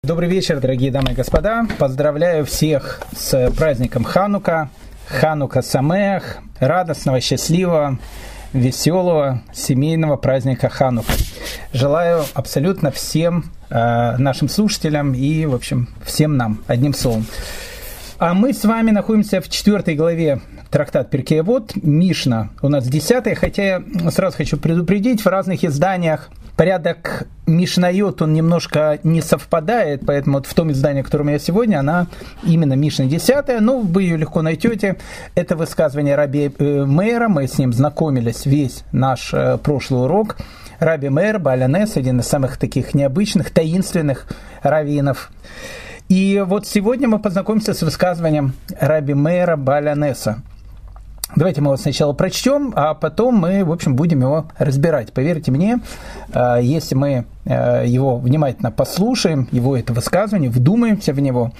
Добрый вечер, дорогие дамы и господа. Поздравляю всех с праздником Ханука. Ханука Самеах. Радостного, счастливого, веселого семейного праздника Ханука. Желаю абсолютно всем нашим слушателям и, в общем, всем нам, одним словом. А мы с вами находимся в 4 главе трактат Перкей Авот. Мишна у нас 10, хотя я сразу хочу предупредить, в разных изданиях порядок Мишнайот, он немножко не совпадает, поэтому вот в том издании, в котором я сегодня, она именно Мишна 10, но вы ее легко найдете. Это высказывание Раби Меира, мы с ним знакомились весь наш прошлый урок. Раби Меир, Бааль ха-Нес, один из самых таких необычных, таинственных раввинов. И вот сегодня мы познакомимся с высказыванием Раби Меира Бааль ха-Неса. Давайте мы его сначала прочтем, а потом мы, в общем, будем его разбирать. Поверьте мне, если мы его внимательно послушаем, его это высказывание, вдумаемся в него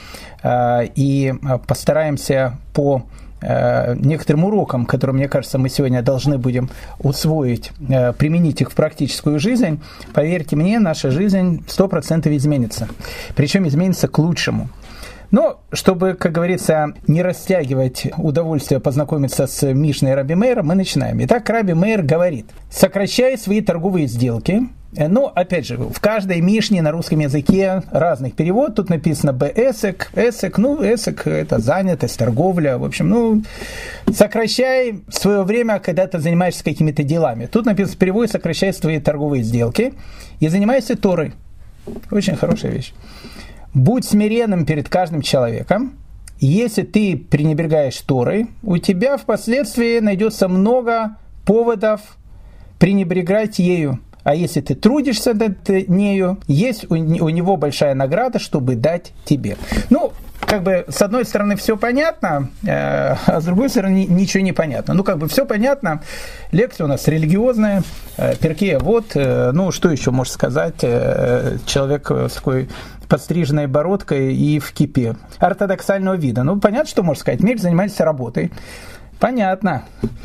и постараемся по некоторым урокам, которые, мне кажется, мы сегодня должны будем усвоить, применить их в практическую жизнь, поверьте мне, наша жизнь 100% изменится. Причем изменится к лучшему. Но, чтобы, как говорится, не растягивать удовольствие познакомиться с Мишной Раби Меира, мы начинаем. Итак, Раби Меир говорит: сокращай свои торговые сделки. Но, опять же, в каждой Мишне на русском языке разных перевод. Тут написано «б-эсек», «эсек», «эсек» – это занятость, торговля. В общем, сокращай свое время, когда ты занимаешься какими-то делами. Тут написано в переводе «сокращай свои торговые сделки» и занимайся Торой. Очень хорошая вещь. Будь смиренным перед каждым человеком. Если ты пренебрегаешь Торой, у тебя впоследствии найдется много поводов пренебрегать ею. А если ты трудишься над нею, есть у него большая награда, чтобы дать тебе. Ну, как бы, с одной стороны, все понятно, а с другой стороны, ничего не понятно. Ну, как бы, все понятно. Лекция у нас религиозная, Перкей Авот. Ну, что еще можно сказать? Человек с такой подстриженной бородкой и в кипе. Ортодоксального вида. Ну, понятно, что можно сказать. Мир занимается работой. Понятно.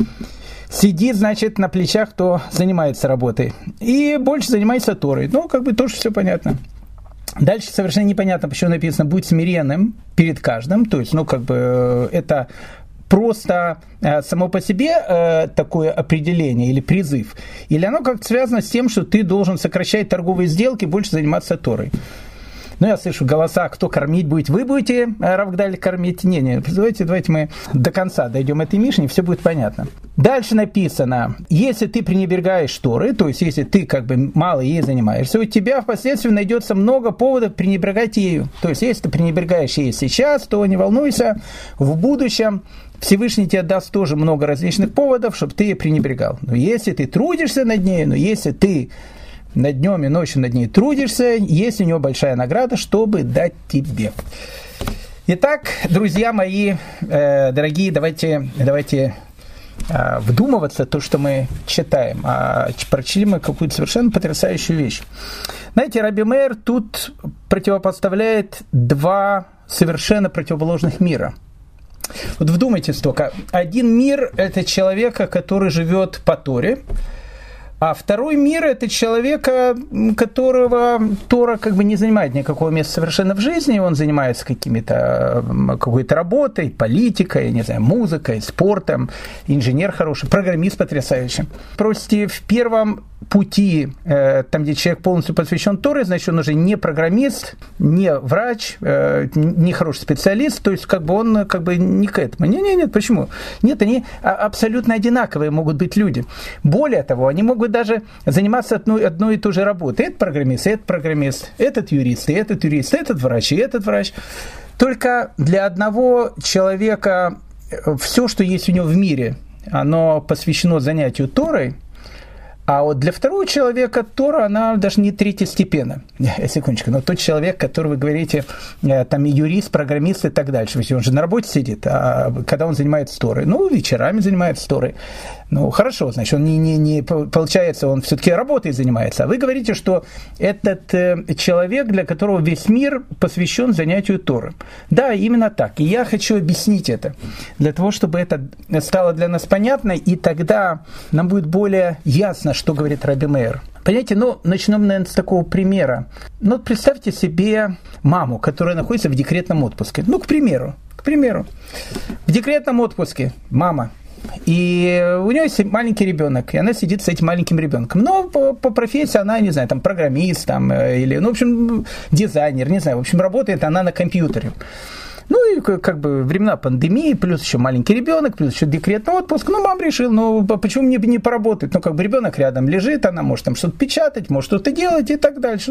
Сидит, значит, на плечах, кто занимается работой. И больше занимается Торой. Ну, как бы, тоже все понятно. Дальше совершенно непонятно, почему написано «будь смиренным перед каждым». То есть, ну, как бы, это просто само по себе такое определение или призыв. Или оно как-то связано с тем, что ты должен сокращать торговые сделки, больше заниматься Торой. Ну, я слышу голоса, кто кормить будет. Вы будете, Рав Гдаль, кормить? Не, давайте мы до конца дойдем этой Мишни, все будет понятно. Дальше написано: если ты пренебрегаешь Торой, то есть если ты как бы мало ей занимаешься, у тебя впоследствии найдется много поводов пренебрегать ею. То есть если ты пренебрегаешь ей сейчас, то не волнуйся, в будущем Всевышний тебе даст тоже много различных поводов, чтобы ты ей пренебрегал. Но если ты трудишься над ней, но если ты над днем и ночью над ней трудишься, есть у него большая награда, чтобы дать тебе. Итак, друзья мои, дорогие, давайте вдумываться в то, что мы читаем. Прочли мы какую-то совершенно потрясающую вещь. Знаете, Раби Меир тут противопоставляет два совершенно противоположных мира. Вот вдумайтесь только. Один мир – это человека, который живет по Торе, а второй мир – это человека, которого Тора как бы не занимает никакого места совершенно в жизни, он занимается какой-то работой, политикой, не знаю, музыкой, спортом, инженер хороший, программист потрясающий. Просто в первом пути, там, где человек полностью посвящен Торе, значит, он уже не программист, не врач, не хороший специалист, то есть как бы он как бы не к этому. Нет, почему? Нет, они абсолютно одинаковые могут быть люди. Более того, они могут даже заниматься одной и той же работой. Этот программист, этот юрист, этот врач и этот врач. Только для одного человека все, что есть у него в мире, оно посвящено занятию Торой, а вот для второго человека Тора, она даже не третьестепенна. Секундочку, но тот человек, который вы говорите, там юрист, программист и так дальше, он же на работе сидит, а когда он занимается Торой? Ну, вечерами занимается Торой. Ну, хорошо, значит, он не получается, он все-таки работой занимается. А вы говорите, что этот человек, для которого весь мир посвящен занятию Торы. Да, именно так. И я хочу объяснить это, для того, чтобы это стало для нас понятно, и тогда нам будет более ясно, что говорит Раби Меир. Понимаете, начнем, наверное, с такого примера. Представьте себе маму, которая находится в декретном отпуске. К примеру, в декретном отпуске мама. И у нее есть маленький ребенок, и она сидит с этим маленьким ребенком. Но по профессии она, не знаю, программист, или, в общем, дизайнер, не знаю, в общем, работает она на компьютере. И времена пандемии, плюс еще маленький ребенок, плюс еще декретный отпуск. Мама решила, почему мне не поработать? Ребенок рядом лежит, она может там что-то печатать, может что-то делать и так дальше.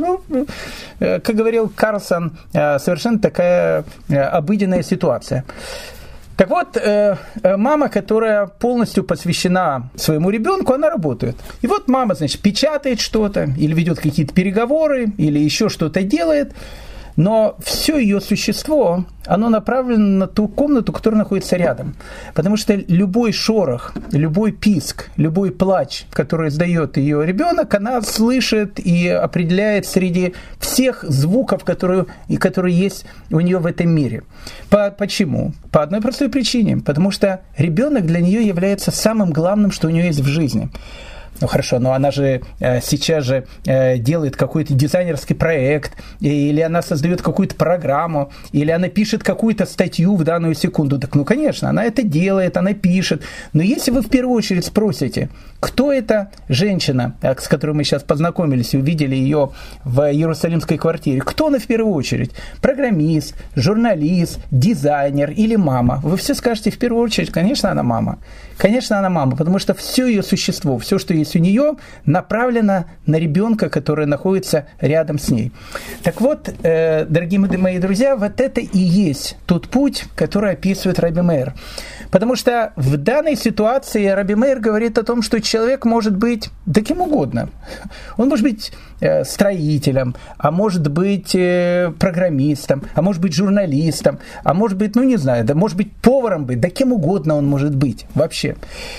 Как говорил Карлсон, совершенно такая обыденная ситуация. Так вот, мама, которая полностью посвящена своему ребенку, она работает. И вот мама, печатает что-то, или ведет какие-то переговоры, или еще что-то делает, но все ее существо, оно направлено на ту комнату, которая находится рядом. Потому что любой шорох, любой писк, любой плач, который издает ее ребенок, она слышит и определяет среди всех звуков, которые есть у нее в этом мире. Почему? По одной простой причине. Потому что ребенок для нее является самым главным, что у нее есть в жизни. Хорошо, но она же сейчас же делает какой-то дизайнерский проект, или она создает какую-то программу, или она пишет какую-то статью в данную секунду. Так, конечно, она это делает, она пишет. Но если вы в первую очередь спросите, кто эта женщина, с которой мы сейчас познакомились и увидели ее в Иерусалимской квартире, кто она в первую очередь? Программист, журналист, дизайнер или мама? Вы все скажете в первую очередь, конечно, она мама. Конечно, она мама, потому что все ее существо, все, что есть у нее, направлено на ребенка, который находится рядом с ней. Так вот, дорогие мои друзья, вот это и есть тот путь, который описывает Раби Меир. Потому что в данной ситуации Раби Меир говорит о том, что человек может быть да кем угодно. Он может быть строителем, а может быть программистом, а может быть журналистом, а может быть, может быть поваром быть, да кем угодно он может быть вообще.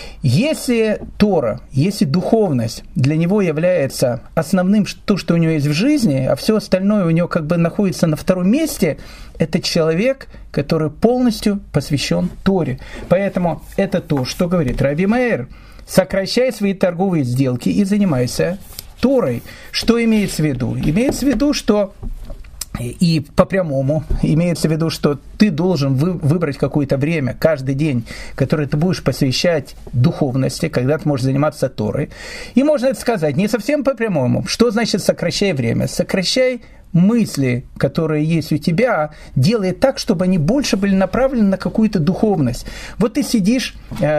Если Тора, если духовность для него является основным, то, что у него есть в жизни, а все остальное у него находится на втором месте, это человек, который полностью посвящен Торе. Поэтому это то, что говорит Раби Меир. Сокращай свои торговые сделки и занимайся Торой. Что имеется в виду? Имеется в виду, что и по-прямому имеется в виду, что ты должен выбрать какое-то время, каждый день, которое ты будешь посвящать духовности, когда ты можешь заниматься Торой. И можно это сказать не совсем по-прямому. Что значит сокращай время? Сокращай мысли, которые есть у тебя, делай так, чтобы они больше были направлены на какую-то духовность. Вот ты сидишь,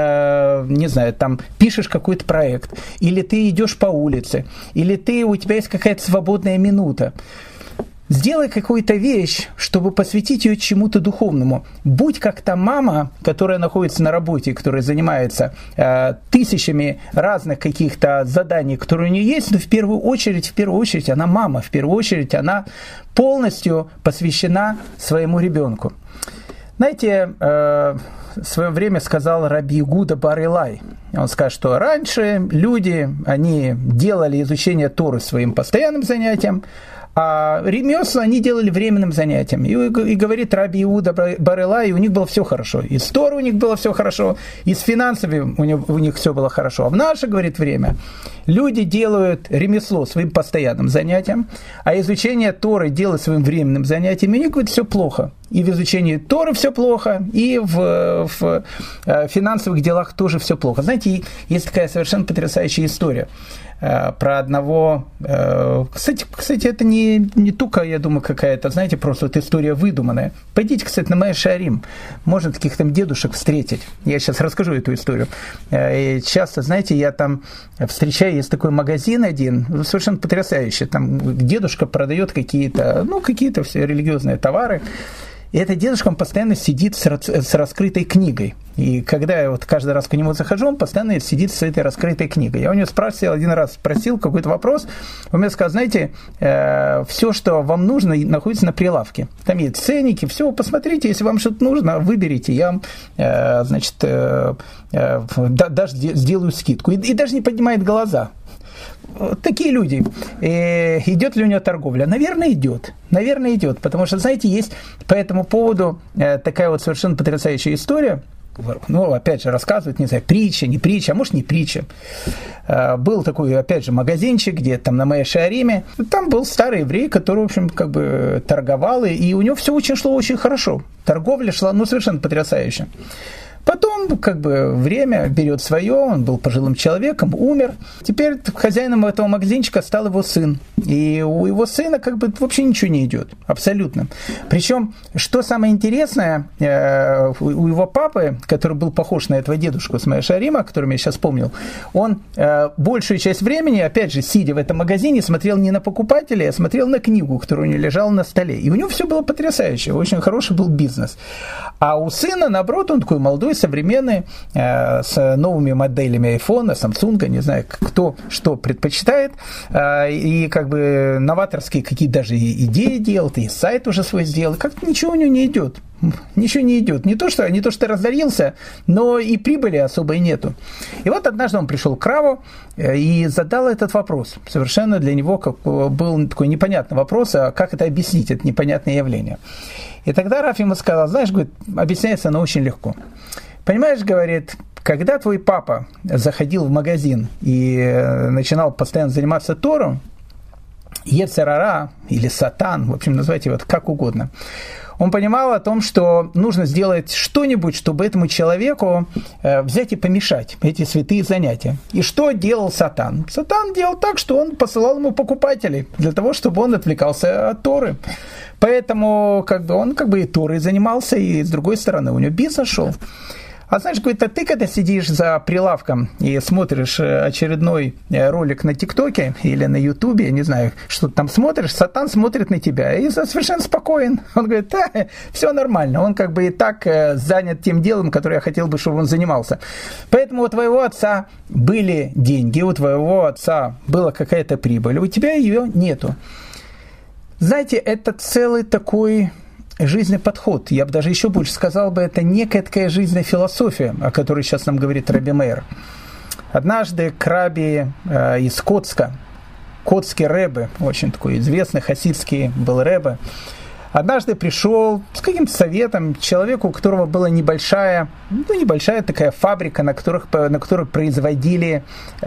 пишешь какой-то проект, или ты идешь по улице, или у тебя есть какая-то свободная минута. Сделай какую-то вещь, чтобы посвятить ее чему-то духовному. Будь как та мама, которая находится на работе, которая занимается тысячами разных каких-то заданий, которые у нее есть, но в первую очередь она мама, в первую очередь она полностью посвящена своему ребенку. Знаете, в свое время сказал Раби Игуда бар Илай. Он сказал, что раньше люди, они делали изучение Торы своим постоянным занятием, а ремесла они делали временным занятием. И говорит Раби Иуда бар Илай, у них было все хорошо. И с Торой у них было все хорошо, и с финансами у них все было хорошо. А в наше, говорит, время люди делают ремесло своим постоянным занятием, а изучение Торы делают своим временным занятием, и у них, говорит, все плохо. И в изучении Торы все плохо, и в финансовых делах тоже все плохо. Знаете, есть такая совершенно потрясающая история про одного... Кстати, это не только, я думаю, какая-то, знаете, просто вот история выдуманная. Пойдите, кстати, на Меа Шеарим. Можно таких там дедушек встретить. Я сейчас расскажу эту историю. И часто, знаете, я там встречаю, есть такой магазин один, совершенно потрясающий. Там дедушка продает какие-то все религиозные товары. И этот дедушка, он постоянно сидит с раскрытой книгой. И когда я вот каждый раз к нему захожу, он постоянно сидит с этой раскрытой книгой. Я у него спросил какой-то вопрос. Он мне сказал, знаете, все, что вам нужно, находится на прилавке. Там есть ценники, все, посмотрите, если вам что-то нужно, выберите. Я вам, даже сделаю скидку. И даже не поднимает глаза. Такие люди. Идет ли у него торговля? Наверное, идет. Потому что, знаете, есть по этому поводу такая вот совершенно потрясающая история. ну, опять же, рассказывают, не знаю, притча, не притча, а может, не притча. Был такой, опять же, магазинчик, где там на Меа Шеариме. Там был старый еврей, который, в общем, как бы торговал, и у него все очень шло очень хорошо. Торговля шла, ну, совершенно потрясающе. Потом, как бы, время берет свое, он был пожилым человеком, умер. Теперь хозяином этого магазинчика стал его сын. И у его сына, как бы, вообще ничего не идет. Абсолютно. Причем, что самое интересное, у его папы, который был похож на этого дедушку с Меа Шеарима, о котором я сейчас вспомнил, он большую часть времени, опять же, сидя в этом магазине, смотрел не на покупателей, а смотрел на книгу, которая у него лежала на столе. И у него все было потрясающе. Очень хороший был бизнес. А у сына, наоборот, он такой молодой, современный, с новыми моделями айфона, Samsung, не знаю, кто что предпочитает, и как бы новаторские какие-то даже идеи делает, и сайт уже свой сделал, как-то ничего у него не идет. Ничего не идет. Не то, что разорился, но и прибыли особой нету. И вот однажды он пришел к Раву и задал этот вопрос. Совершенно для него был такой непонятный вопрос, а как это объяснить, это непонятное явление. И тогда Рав ему сказал, знаешь, говорит, объясняется оно очень легко. Понимаешь, говорит, когда твой папа заходил в магазин и начинал постоянно заниматься Тором, Йецер ара или Сатан, в общем, называйте его как угодно, он понимал о том, что нужно сделать что-нибудь, чтобы этому человеку взять и помешать эти святые занятия. И что делал Сатан? Сатан делал так, что он посылал ему покупателей для того, чтобы он отвлекался от Торы. Поэтому он и Торой занимался, и с другой стороны у него бизнес шел. А знаешь, говорит, а ты когда сидишь за прилавком и смотришь очередной ролик на ТикТоке или на Ютубе, не знаю, что ты там смотришь, Сатан смотрит на тебя и совершенно спокоен. Он говорит, все нормально, он и так занят тем делом, которое я хотел бы, чтобы он занимался. Поэтому у твоего отца были деньги, у твоего отца была какая-то прибыль, у тебя ее нету. Знаете, это целый такой жизненный подход. Я бы даже еще больше сказал бы, это некая такая жизненная философия, о которой сейчас нам говорит Раби Меир. Однажды к Раби из Коцка, Коцкий Ребе, очень такой известный хасидский был Ребе, однажды пришел с каким-то советом человеку, у которого была небольшая такая фабрика, на которой производили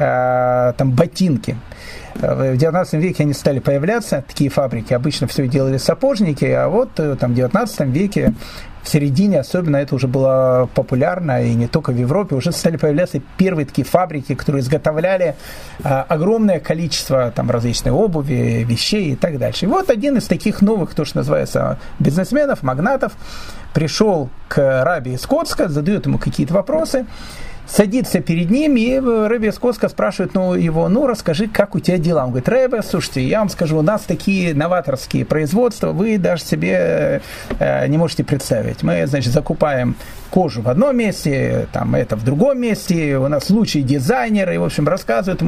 там ботинки. В 19 веке они стали появляться, такие фабрики. Обычно все делали сапожники, а вот там, в 19 веке, в середине особенно, это уже было популярно, и не только в Европе, уже стали появляться первые такие фабрики, которые изготовляли огромное количество там, различной обуви, вещей и так дальше. И вот один из таких новых, то, что называется, бизнесменов, магнатов, пришел к Раби из Коцка, задает ему какие-то вопросы, садится перед ним, и Ребе из Коцка спрашивает его, расскажи, как у тебя дела. Он говорит, Ребе, слушайте, я вам скажу, у нас такие новаторские производства, вы даже себе не можете представить. Мы, значит, закупаем кожу в одном месте, там это в другом месте, у нас лучшие дизайнеры, и, в общем, рассказывают.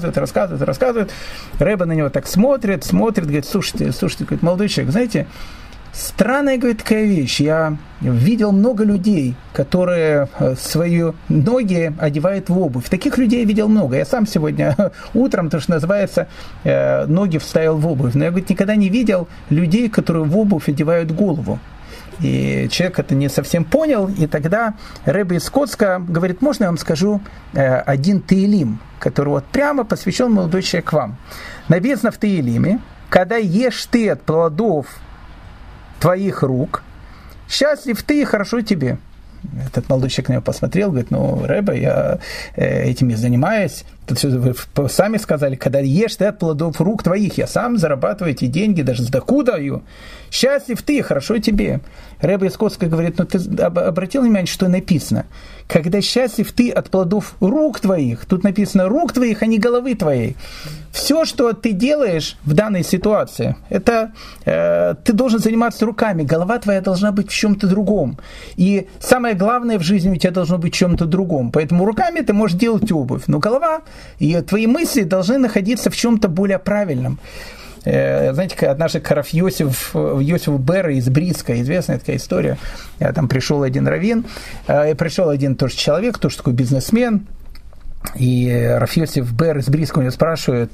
Ребе на него так смотрит, говорит, слушайте, говорит, молодой человек, знаете, странная, говорит, такая вещь. Я видел много людей, которые свои ноги одевают в обувь. Таких людей я видел много. Я сам сегодня утром, то, что называется, ноги вставил в обувь. Но я, говорит, никогда не видел людей, которые в обувь одевают голову. И человек это не совсем понял. И тогда Ребе из Коцка говорит, можно я вам скажу один Теилим, который вот прямо посвящен, молодой человек, вам. Написано в Теилиме, когда ешь ты от плодов твоих рук, счастлив ты и хорошо тебе. Этот молодой человек на него посмотрел, говорит, Ребе, я этим и занимаюсь. Тут все, вы сами сказали, когда ешь ты от плодов рук твоих, я сам зарабатываю эти деньги, даже сдаку даю. Счастлив ты, хорошо тебе. Ребе из Коцка говорит, ты обратил внимание, что написано? Когда счастлив ты от плодов рук твоих, тут написано рук твоих, а не головы твоей. Все, что ты делаешь в данной ситуации, это ты должен заниматься руками, голова твоя должна быть в чем-то другом. И самое главное в жизни у тебя должно быть в чем-то другом. Поэтому руками ты можешь делать обувь, но голова и твои мысли должны находиться в чем-то более правильном. Знаете, однажды к Рав Йосифу Беру из Бриска, известная такая история, там пришел один раввин, пришел один тоже человек, тоже такой бизнесмен, и Рав Йосиф Бер из Бриска у него спрашивает,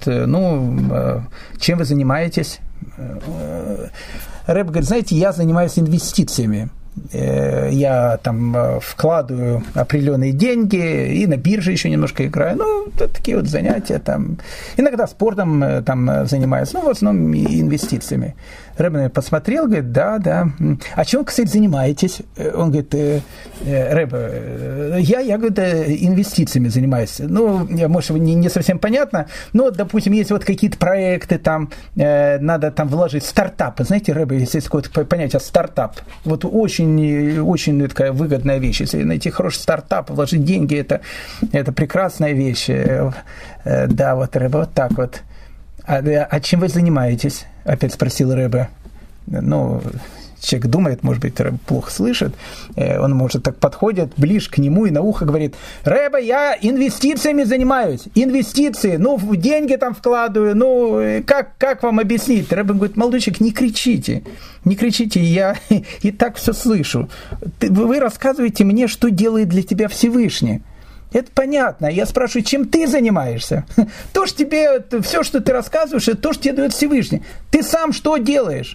чем вы занимаетесь? Рэб говорит, знаете, я занимаюсь инвестициями. я там вкладываю определенные деньги и на бирже еще немножко играю. Ну, такие вот занятия там. Иногда спортом там занимаюсь, но в основном инвестициями. Рэбе посмотрел, говорит, да. А чем, кстати, занимаетесь? Он говорит, Рэбе, я говорит, инвестициями занимаюсь. Ну, может, не совсем понятно, но, допустим, есть вот какие-то проекты, там, надо там вложить стартапы. Знаете, Рэбе, если есть какое-то понятие стартап, вот очень такая выгодная вещь. Если найти хороший стартап, вложить деньги, это прекрасная вещь. Да, вот, Рэбе, вот так вот. А чем вы занимаетесь? Опять спросил Рэбе. Ну, человек думает, может быть, Рэбе плохо слышит. Он, может, так подходит ближе к нему и на ухо говорит: Рэбе, я инвестициями занимаюсь. Инвестиции, ну, деньги там вкладываю. Ну, как вам объяснить? Рэбе говорит: молодой человек, не кричите. Не кричите, я и так все слышу. Вы рассказываете мне, что делает для тебя Всевышний. Это понятно. Я спрашиваю, чем ты занимаешься? То, что тебе, все, что ты рассказываешь, это то, что тебе дает Всевышний. Ты сам что делаешь?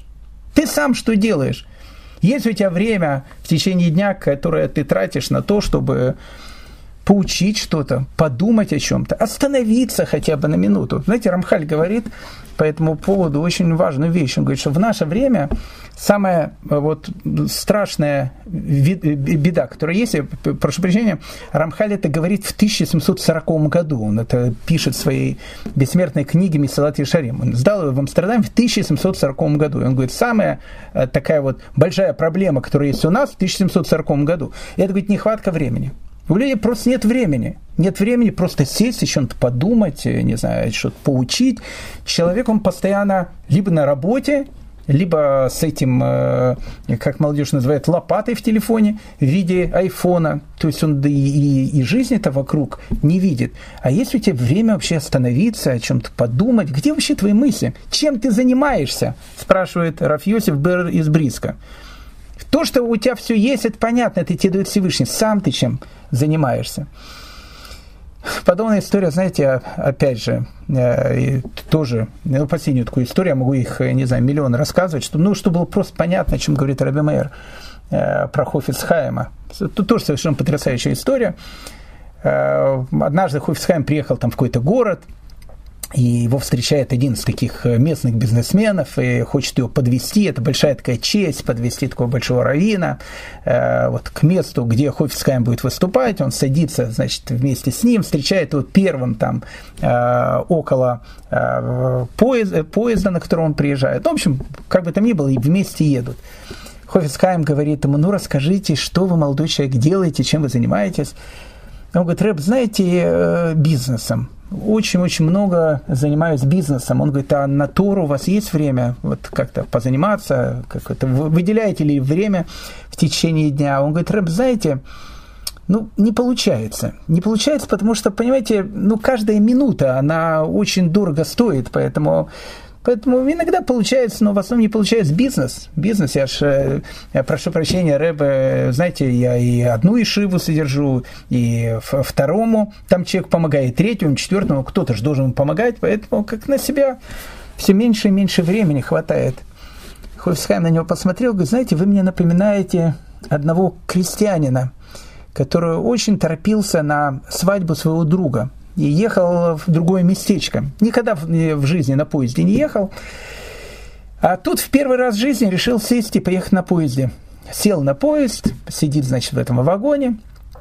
Есть у тебя время в течение дня, которое ты тратишь на то, чтобы поучить что-то, подумать о чем-то, остановиться хотя бы на минуту. Знаете, Рамхаль говорит по этому поводу очень важную вещь. Он говорит, что в наше время самая вот страшная беда, которая есть, я прошу прощения, Рамхаль это говорит в 1740 году. Он это пишет в своей бессмертной книге «Месилат Ешарим». Он сдал ее в Амстердаме в 1740 году. И он говорит, самая такая вот большая проблема, которая есть у нас в 1740 году, это, говорит, нехватка времени. У людей просто нет времени. Нет времени просто сесть и чем-то подумать, не знаю, что-то поучить. Человек, он постоянно либо на работе, либо с этим, как молодежь называет, лопатой в телефоне в виде айфона. То есть он и жизнь-то вокруг не видит. А есть у тебя время вообще остановиться, о чем-то подумать? Где вообще твои мысли? Чем ты занимаешься? Спрашивает Рав Йосеф Бер из Бриска. То, что у тебя все есть, это понятно, это тебе дает Всевышний. Сам ты чем занимаешься? Подобная история, знаете, опять же, тоже, последнюю такую историю, я могу их, не знаю, миллион рассказывать, чтобы было просто понятно, о чем говорит Рабби Меир про Хофец Хаима. Тут тоже совершенно потрясающая история. Однажды Хофец Хаим приехал там в какой-то город, и его встречает один из таких местных бизнесменов и хочет его подвести. Это большая такая честь, подвести такого большого раввина вот к месту, где Хофец Хаим будет выступать. Он садится, значит, вместе с ним, встречает его первым там около поезда, на котором он приезжает. Ну, в общем, как бы там ни было, и вместе едут. Хофец Хаим говорит ему: ну, расскажите, что вы, молодой человек, делаете, чем вы занимаетесь. Он говорит: Рэб, знаете, бизнесом. Очень-очень много занимаюсь бизнесом. Он говорит: а на Тору у вас есть время вот как-то позаниматься? Как-то выделяете ли время в течение дня? Он говорит: Рэб, знаете, ну, не получается. Не получается, потому что, понимаете, ну, каждая минута, она очень дорого стоит, поэтому иногда получается, но в основном не получается бизнес. Я прошу прощения, Рэбе, знаете, я и одну ишиву содержу, и второму там человек помогает, третьему, четвертому, кто-то же должен помогать, поэтому как на себя все меньше и меньше времени хватает. Хофец Хаим на него посмотрел, говорит: знаете, вы мне напоминаете одного крестьянина, который очень торопился на свадьбу своего друга и ехал в другое местечко. Никогда в жизни на поезде не ехал. А тут в первый раз в жизни решил сесть и поехать на поезде. Сел на поезд, сидит, значит, в этом вагоне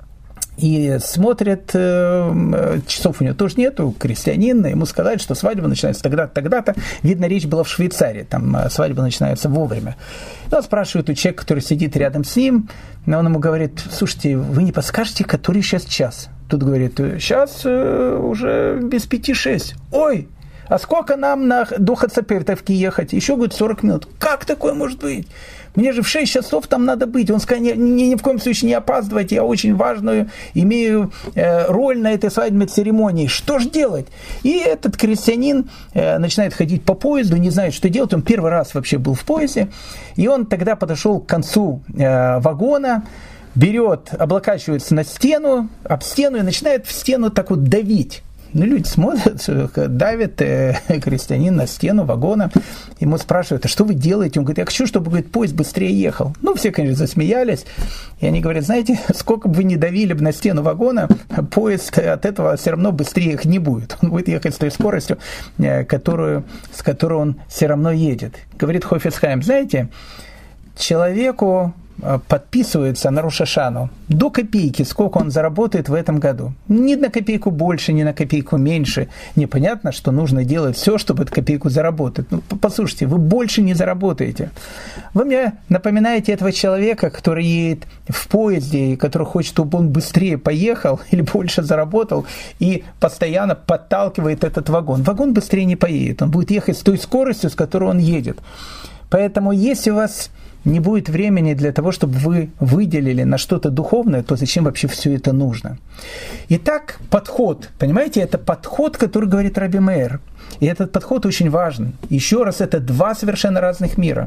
и смотрит, часов у него тоже нету, крестьянин, ему сказали, что свадьба начинается тогда-то, тогда-то. Видно, речь была в Швейцарии, там свадьба начинается вовремя. И он спрашивает у человека, который сидит рядом с ним, он ему говорит: слушайте, вы не подскажете, который сейчас час? Тут говорит: сейчас уже без 5-6. Ой, а сколько нам до Хацапетовки ехать? Еще, говорит, 40 минут. Как такое может быть? Мне же в 6 часов там надо быть. Он сказал: ни в коем случае не опаздывайте, я очень важную имею роль на этой свадебной церемонии. Что ж делать? И этот крестьянин начинает ходить по поезду, не знает, что делать. Он первый раз вообще был в поезде. И он тогда подошел к концу вагона, берет, облокачивается на стену, об стену и начинает в стену так вот давить. Ну, люди смотрят, давит крестьянин на стену вагона, ему спрашивают, а что вы делаете? Он говорит, я хочу, чтобы, говорит, поезд быстрее ехал. Ну, все, конечно, засмеялись, и они говорят, знаете, сколько бы вы ни давили бы на стену вагона, поезд от этого все равно быстрее ехать не будет. Он будет ехать с той скоростью, с которой он все равно едет. Говорит Хафец Хаим, знаете, человеку подписывается на Рош ха-Шану до копейки, сколько он заработает в этом году. Ни на копейку больше, ни на копейку меньше. Непонятно, что нужно делать все, чтобы эту копейку заработать. Ну, послушайте, вы больше не заработаете. Вы мне напоминаете этого человека, который едет в поезде, и который хочет, чтобы он быстрее поехал или больше заработал, и постоянно подталкивает этот вагон. Вагон быстрее не поедет, он будет ехать с той скоростью, с которой он едет. Поэтому, если у вас не будет времени для того, чтобы вы выделили на что-то духовное, то зачем вообще все это нужно? Итак, подход. Понимаете, это подход, который говорит Раби Меир. И этот подход очень важен. Еще раз, это два совершенно разных мира.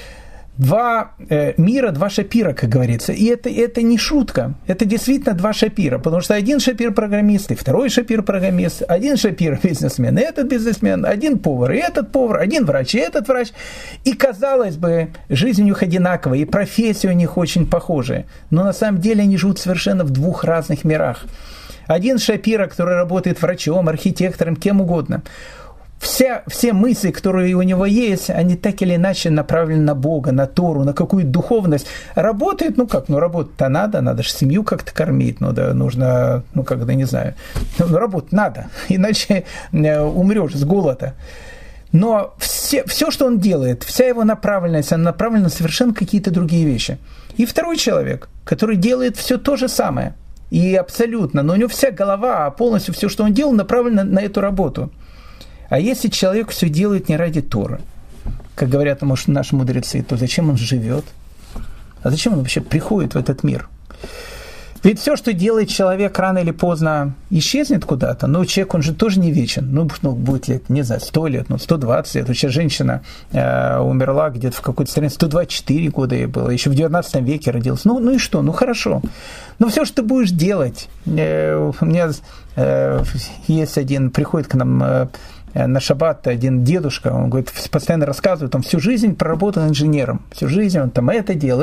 Два мира, два шапира, как говорится. И это не шутка. Это действительно два шапира. Потому что один шапир программист, и второй шапир программист. Один шапир бизнесмен, и этот бизнесмен. Один повар, и этот повар. Один врач, и этот врач. И, казалось бы, жизнь у них одинаковая, и профессия у них очень похожая. Но на самом деле они живут совершенно в двух разных мирах. Один шапира, который работает врачом, архитектором, кем угодно. Все мысли, которые у него есть, они так или иначе направлены на Бога, на Тору, на какую-то духовность. Работает, работать-то надо же семью как-то кормить, нужно, не знаю, работать надо, иначе умрешь с голода. Но все, что он делает, вся его направленность, она направлена на совершенно какие-то другие вещи. И второй человек, который делает все то же самое, и абсолютно, но у него вся голова, полностью все, что он делал, направлено на эту работу. А если человек все делает не ради Торы, как говорят наши мудрецы, то зачем он живет? А зачем он вообще приходит в этот мир? Ведь все, что делает человек, рано или поздно исчезнет куда-то, но человек, он же тоже не вечен. Будет лет, 100 лет, 120 лет. Сейчас женщина умерла где-то в какой-то стране, 124 года ей было, еще в 19 веке родилась. И что? Хорошо. Но все, что ты будешь делать, у меня есть один, приходит к нам на шаббат один дедушка, он говорит, постоянно рассказывает, он всю жизнь проработал инженером, всю жизнь он там это делал,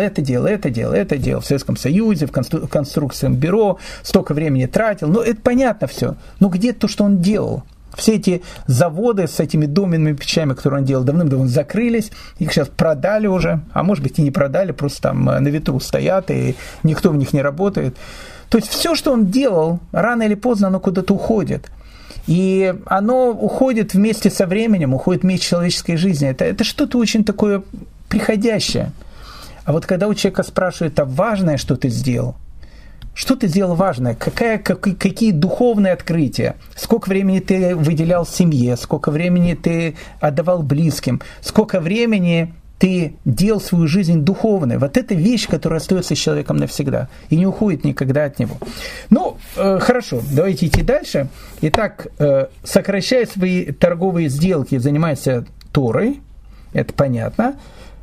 в Советском Союзе, в конструкционном бюро, столько времени тратил, это понятно все, где то, что он делал? Все эти заводы с этими доменными печами, которые он делал, давным-давно закрылись, их сейчас продали уже, а может быть и не продали, просто там на ветру стоят, и никто в них не работает. То есть все, что он делал, рано или поздно оно куда-то уходит. И оно уходит вместе со временем, уходит вместе человеческой жизни. Это что-то очень такое приходящее. А вот когда у человека спрашивают, а важное, что ты сделал? Что ты сделал важное? Какие духовные открытия? Сколько времени ты выделял семье? Сколько времени ты отдавал близким? Сколько времени ты делал свою жизнь духовной? Вот это вещь, которая остается с человеком навсегда и не уходит никогда от него. Хорошо, давайте идти дальше. Итак, сокращая свои торговые сделки, занимайся Торой, это понятно.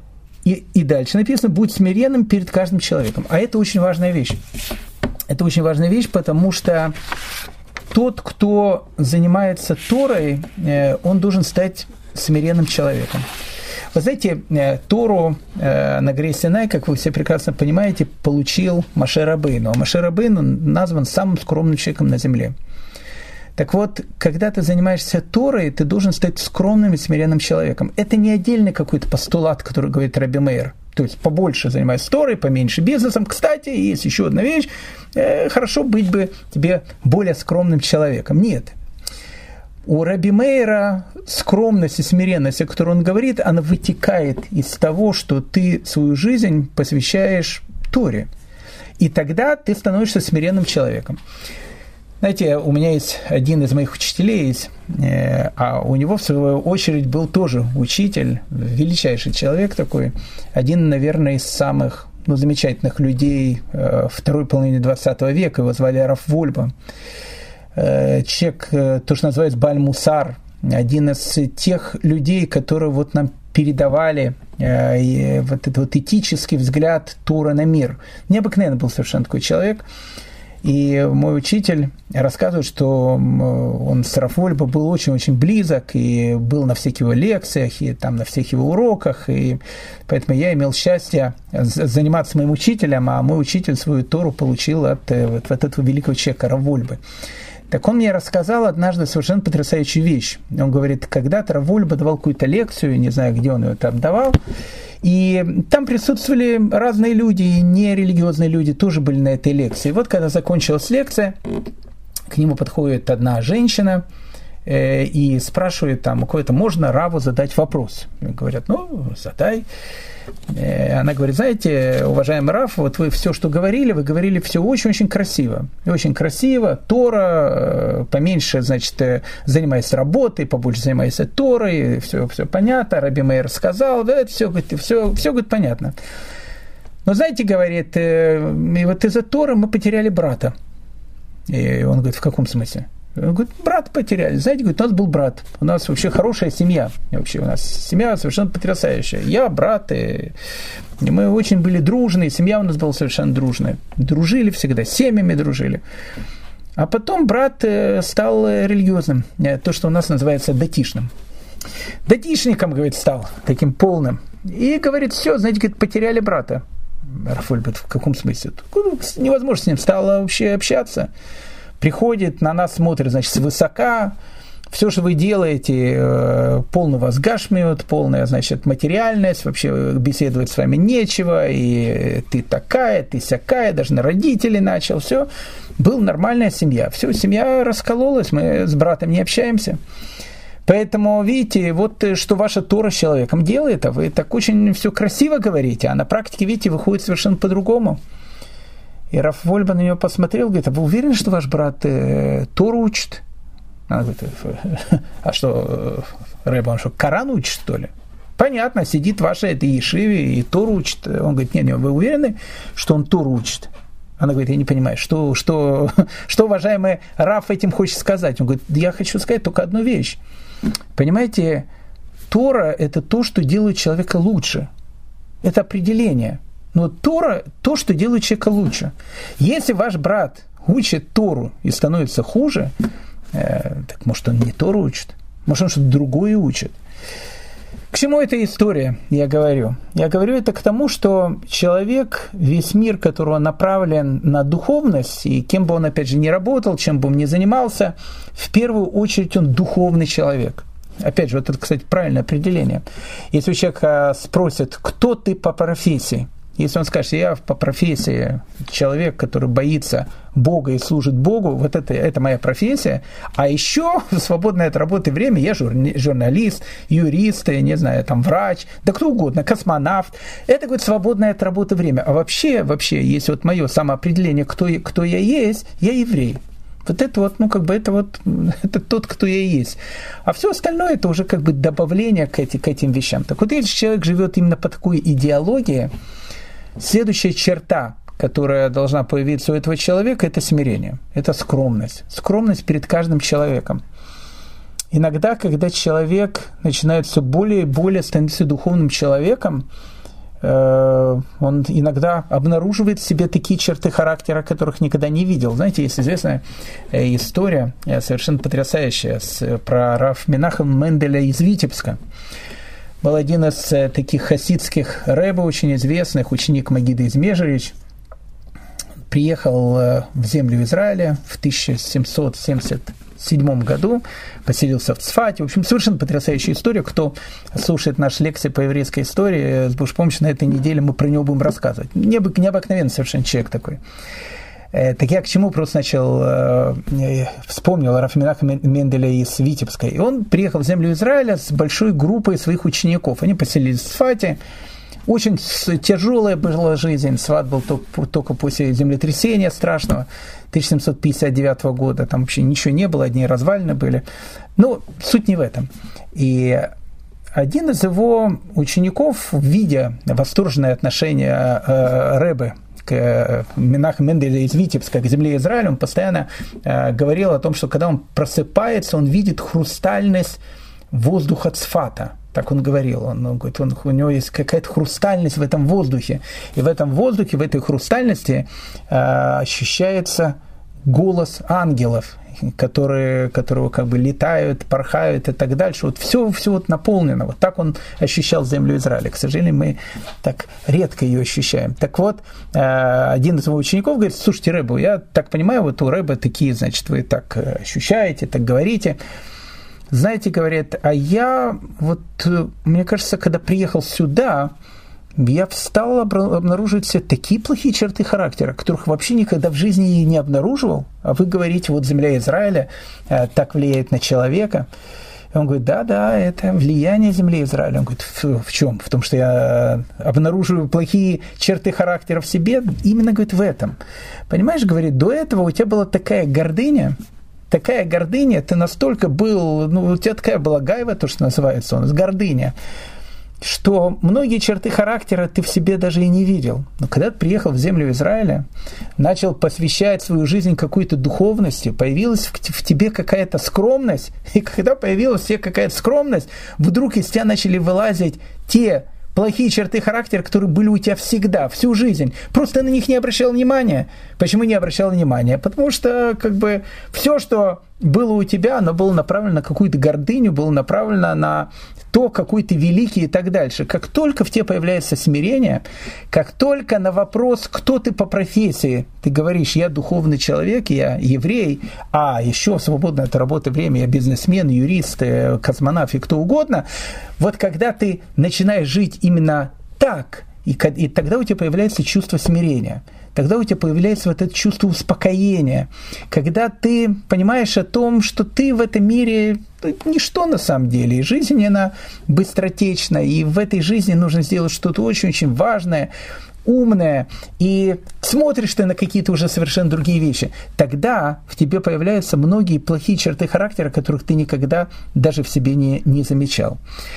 И дальше написано, будь смиренным перед каждым человеком. А это очень важная вещь. Это очень важная вещь, потому что тот, кто занимается Торой, он должен стать смиренным человеком. Вы знаете, Тору на горе Синай, как вы все прекрасно понимаете, получил Моше Рабейну. А Моше Рабейну назван самым скромным человеком на земле. Так вот, когда ты занимаешься Торой, ты должен стать скромным и смиренным человеком. Это не отдельный какой-то постулат, который говорит Раби Меир. То есть побольше занимайся Торой, поменьше бизнесом. Кстати, есть еще одна вещь. Хорошо быть бы тебе более скромным человеком. Нет. У Раби Меира скромность и смиренность, о которой он говорит, она вытекает из того, что ты свою жизнь посвящаешь Торе. И тогда ты становишься смиренным человеком. Знаете, у меня есть один из моих учителей, а у него, в свою очередь, был тоже учитель, величайший человек такой, один, наверное, из самых замечательных людей второй половины 20 века, его звали Раф Вольба. Человек, то, что называется Баль-Мусар, один из тех людей, которые нам передавали вот этот этический взгляд Тора на мир. Необыкновенно был совершенно такой человек. И мой учитель рассказывает, что он с Рав Вольбе был очень-очень близок, и был на всех его лекциях, и там на всех его уроках, и поэтому я имел счастье заниматься моим учителем, а мой учитель свою Тору получил от этого великого человека Рав Вольбе. Так он мне рассказал однажды совершенно потрясающую вещь. Он говорит, когда-то Рав Вольбе давал какую-то лекцию, не знаю, где он ее там давал, и там присутствовали разные люди, нерелигиозные люди тоже были на этой лекции. И вот когда закончилась лекция, к нему подходит одна женщина и спрашивает, там, у кого-то можно Раву задать вопрос. И говорят, ну, задай. Она говорит, знаете, уважаемый Рав, вот вы все, что говорили, вы говорили все очень-очень красиво. И очень красиво. Тора, поменьше, значит, занимайся работой, побольше занимайся Торой, все понятно. Раби Мейер сказал, да, это все, говорит, понятно. Но знаете, говорит, и вот из-за Торы мы потеряли брата. И он говорит, в каком смысле? Он говорит, брат потеряли. Знаете, говорит, у нас был брат. У нас вообще хорошая семья. Вообще у нас семья совершенно потрясающая. Я, брат, и мы очень были дружные. Семья у нас была совершенно дружная. Дружили всегда, семьями дружили. А потом брат стал религиозным. То, что у нас называется датишным. Датишником, говорит, стал. Таким полным. И говорит, все, знаете, говорит, потеряли брата. Рав Вольбе, в каком смысле? Невозможно с ним стало вообще общаться. Приходит, на нас смотрит, значит, свысока, все, что вы делаете, полный вас гашмиют, полная, значит, материальность, вообще беседовать с вами нечего, и ты такая, ты сякая, даже на родителей начал, все. Была нормальная семья. Все, семья раскололась, мы с братом не общаемся. Поэтому, видите, вот что ваша Тора с человеком делает, а вы так очень все красиво говорите, а на практике, видите, выходит совершенно по-другому. И Рав Вольбе на него посмотрел, говорит, а вы уверены, что ваш брат Тору учит? Она говорит, а что, Рэб, он что, Коран учит, что ли? Понятно, сидит в вашей этой ешиве и Тору учит. Он говорит, нет, вы уверены, что он Тору учит? Она говорит, я не понимаю, что уважаемый Рав этим хочет сказать? Он говорит, я хочу сказать только одну вещь. Понимаете, Тора – это то, что делает человека лучше. Это определение. Но Тора – то, что делает человека лучше. Если ваш брат учит Тору и становится хуже, так может он не Тору учит, может он что-то другое учит. К чему эта история, я говорю? Я говорю это к тому, что человек, весь мир, которого направлен на духовность, и кем бы он, опять же, не работал, чем бы он ни занимался, в первую очередь он духовный человек. Опять же, вот это, кстати, правильное определение. Если у человека спросят, кто ты по профессии, если он скажет, я по профессии человек, который боится Бога и служит Богу, вот это моя профессия, а еще в свободное от работы время я журналист, юрист, я не знаю, там врач, да кто угодно, космонавт, это, говорит, свободное от работы время. А вообще, если вот мое самоопределение, кто я есть, я еврей. Вот это вот, это тот, кто я есть. А все остальное, это уже как бы добавление к этим вещам. Так вот, если человек живет именно по такой идеологии, следующая черта, которая должна появиться у этого человека, это смирение, это скромность. Скромность перед каждым человеком. Иногда, когда человек начинает все более и более становиться духовным человеком, он иногда обнаруживает в себе такие черты характера, которых никогда не видел. Знаете, есть известная история, совершенно потрясающая, про Рав Менахем Менделя из Витебска. Был один из таких хасидских рэбе, очень известных, ученик Магида из Межерич. Приехал в землю Израиля в 1777 году, поселился в Цфате. В общем, совершенно потрясающая история. Кто слушает наши лекции по еврейской истории, с Божьей помощью на этой неделе мы про него будем рассказывать. Необыкновенный совершенно человек такой. Так я к чему просто вспомнил Рав Менахем Менделя из Витебска. И он приехал в землю Израиля с большой группой своих учеников. Они поселились в Цфате. Очень тяжелая была жизнь. Цфат был только после землетрясения страшного 1759 года. Там вообще ничего не было, одни развалины были. Но суть не в этом. И один из его учеников, видя восторженное отношение рэбе к Менахему Менделю из Витебска, к земле Израиля, он постоянно говорил о том, что когда он просыпается, он видит хрустальность воздуха Цфата. Так он говорил. Он говорит, у него есть какая-то хрустальность в этом воздухе. И в этом воздухе, в этой хрустальности ощущается голос ангелов, которые как бы летают, порхают и так дальше. Вот все вот наполнено. Вот так он ощущал землю Израиля. К сожалению, мы так редко ее ощущаем. Так вот, один из его учеников говорит: слушайте, Рэбе, я так понимаю, вот у Рэбе такие, значит, вы так ощущаете, так говорите. Знаете, говорят, а я вот, мне кажется, когда приехал сюда, я стал обнаруживать все такие плохие черты характера, которых вообще никогда в жизни не обнаруживал. А вы говорите, вот земля Израиля так влияет на человека. И он говорит, да, это влияние земли Израиля. Он говорит, в чем? В том, что я обнаруживаю плохие черты характера в себе? Именно, говорит, в этом. Понимаешь, говорит, до этого у тебя была такая гордыня, ты настолько был, у тебя такая была гайва, то, что называется у нас, гордыня, что многие черты характера ты в себе даже и не видел. Но когда ты приехал в землю Израиля, начал посвящать свою жизнь какой-то духовности, появилась в тебе какая-то скромность, и когда появилась в тебе какая-то скромность, вдруг из тебя начали вылазить те плохие черты характера, которые были у тебя всегда, всю жизнь. Просто ты на них не обращал внимания. Почему не обращал внимания? Потому что как бы все, что было у тебя, оно было направлено на какую-то гордыню, было направлено на то, какой ты великий и так дальше. Как только в тебе появляется смирение, как только на вопрос, кто ты по профессии, ты говоришь, я духовный человек, я еврей, а еще свободное от работы время, я бизнесмен, юрист, космонавт и кто угодно, вот когда ты начинаешь жить именно так, и тогда у тебя появляется чувство смирения. Тогда у тебя появляется вот это чувство успокоения, когда ты понимаешь о том, что ты в этом мире ничто на самом деле, и жизнь, она быстротечна, и в этой жизни нужно сделать что-то очень-очень важное, умное, и смотришь ты на какие-то уже совершенно другие вещи. Тогда в тебе появляются многие плохие черты характера, которых ты никогда даже в себе не замечал.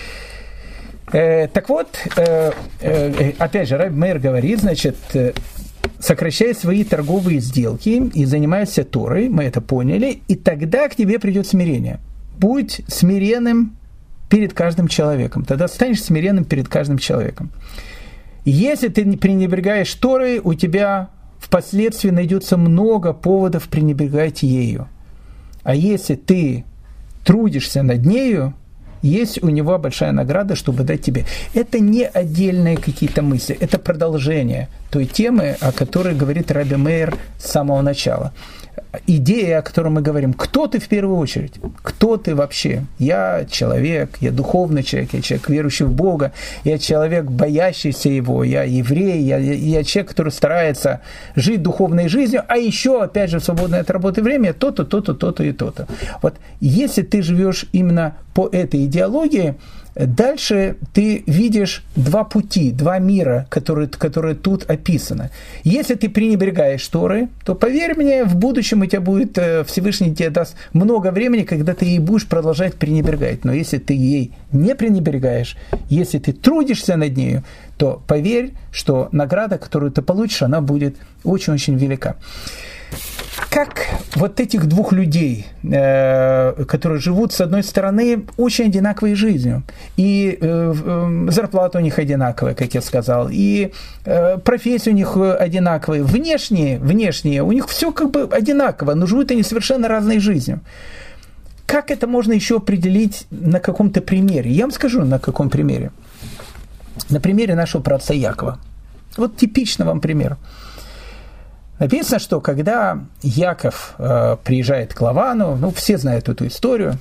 Так вот, опять же, Рабби Меир говорит, значит, сокращай свои торговые сделки и занимайся Торой, мы это поняли, и тогда к тебе придет смирение. Будь смиренным перед каждым человеком, тогда станешь смиренным перед каждым человеком. Если ты пренебрегаешь Торой, у тебя впоследствии найдется много поводов пренебрегать ею. А если ты трудишься над нею, есть у него большая награда, чтобы дать тебе. Это не отдельные какие-то мысли, это продолжение той темы, о которой говорит Рабби Меир с самого начала. Идея, о которой мы говорим, кто ты в первую очередь? Кто ты вообще? Я человек, я духовный человек, я человек, верующий в Бога, я человек, боящийся Его, я еврей, я человек, который старается жить духовной жизнью, а еще, опять же, в свободное от работы время, то-то, то-то, то-то и то-то. Вот если ты живешь именно по этой идеологии, дальше ты видишь два пути, два мира, которые тут описаны. Если ты пренебрегаешь Торой, то, поверь мне, в будущем у тебя будет, Всевышний тебе даст много времени, когда ты ей будешь продолжать пренебрегать. Но если ты ей не пренебрегаешь, если ты трудишься над нею, то поверь, что награда, которую ты получишь, она будет очень-очень велика. Как вот этих двух людей, которые живут, с одной стороны, очень одинаковой жизнью, и зарплата у них одинаковая, как я сказал, и профессия у них одинаковая, внешние, у них все как бы одинаково, но живут они совершенно разной жизнью. Как это можно еще определить на каком-то примере? Я вам скажу, на каком примере. На примере нашего праотца Якова. Вот типичный вам пример. Написано, что когда Яков приезжает к Лавану, все знают эту историю,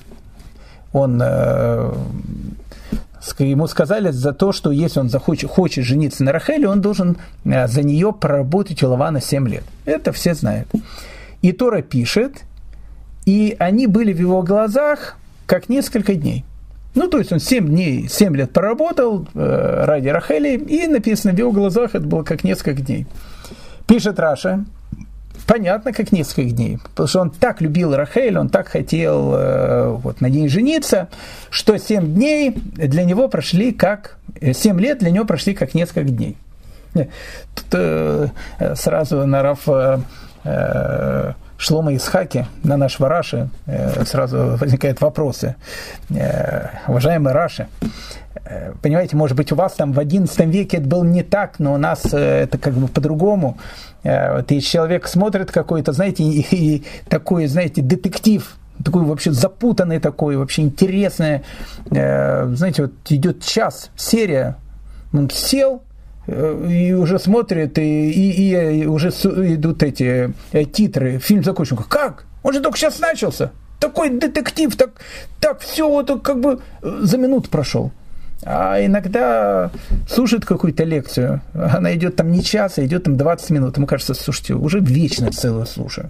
ему сказали за то, что если он хочет жениться на Рахеле, он должен за нее проработать у Лавана 7 лет. Это все знают. И Тора пишет, и они были в его глазах как несколько дней. То есть он 7 лет проработал ради Рахели, и написано, в его глазах это было как несколько дней. Пишет Раша, понятно, как несколько дней, потому что он так любил Рахель, он так хотел на ней жениться, что 7 дней для него прошли как, 7 лет для него прошли как несколько дней. Тут сразу на Рав Шломо Исхаки, на нашего Раши, сразу возникают вопросы. Уважаемый Раши, понимаете, может быть, у вас там в XI веке это было не так, но у нас это как бы по-другому. Вот, и человек смотрит какой-то, знаете, и такой, знаете, детектив, такой вообще запутанный такой, вообще интересный. Знаете, вот идет час, серия, он сел, и уже смотрит, и уже идут эти титры, фильм закончен. Как? Он же только сейчас начался. Такой детектив, так все вот как бы за минуту прошел. А иногда слушает какую-то лекцию, она идет там не час, а идет там 20 минут. Ему кажется, слушайте, уже вечность целую слушаю.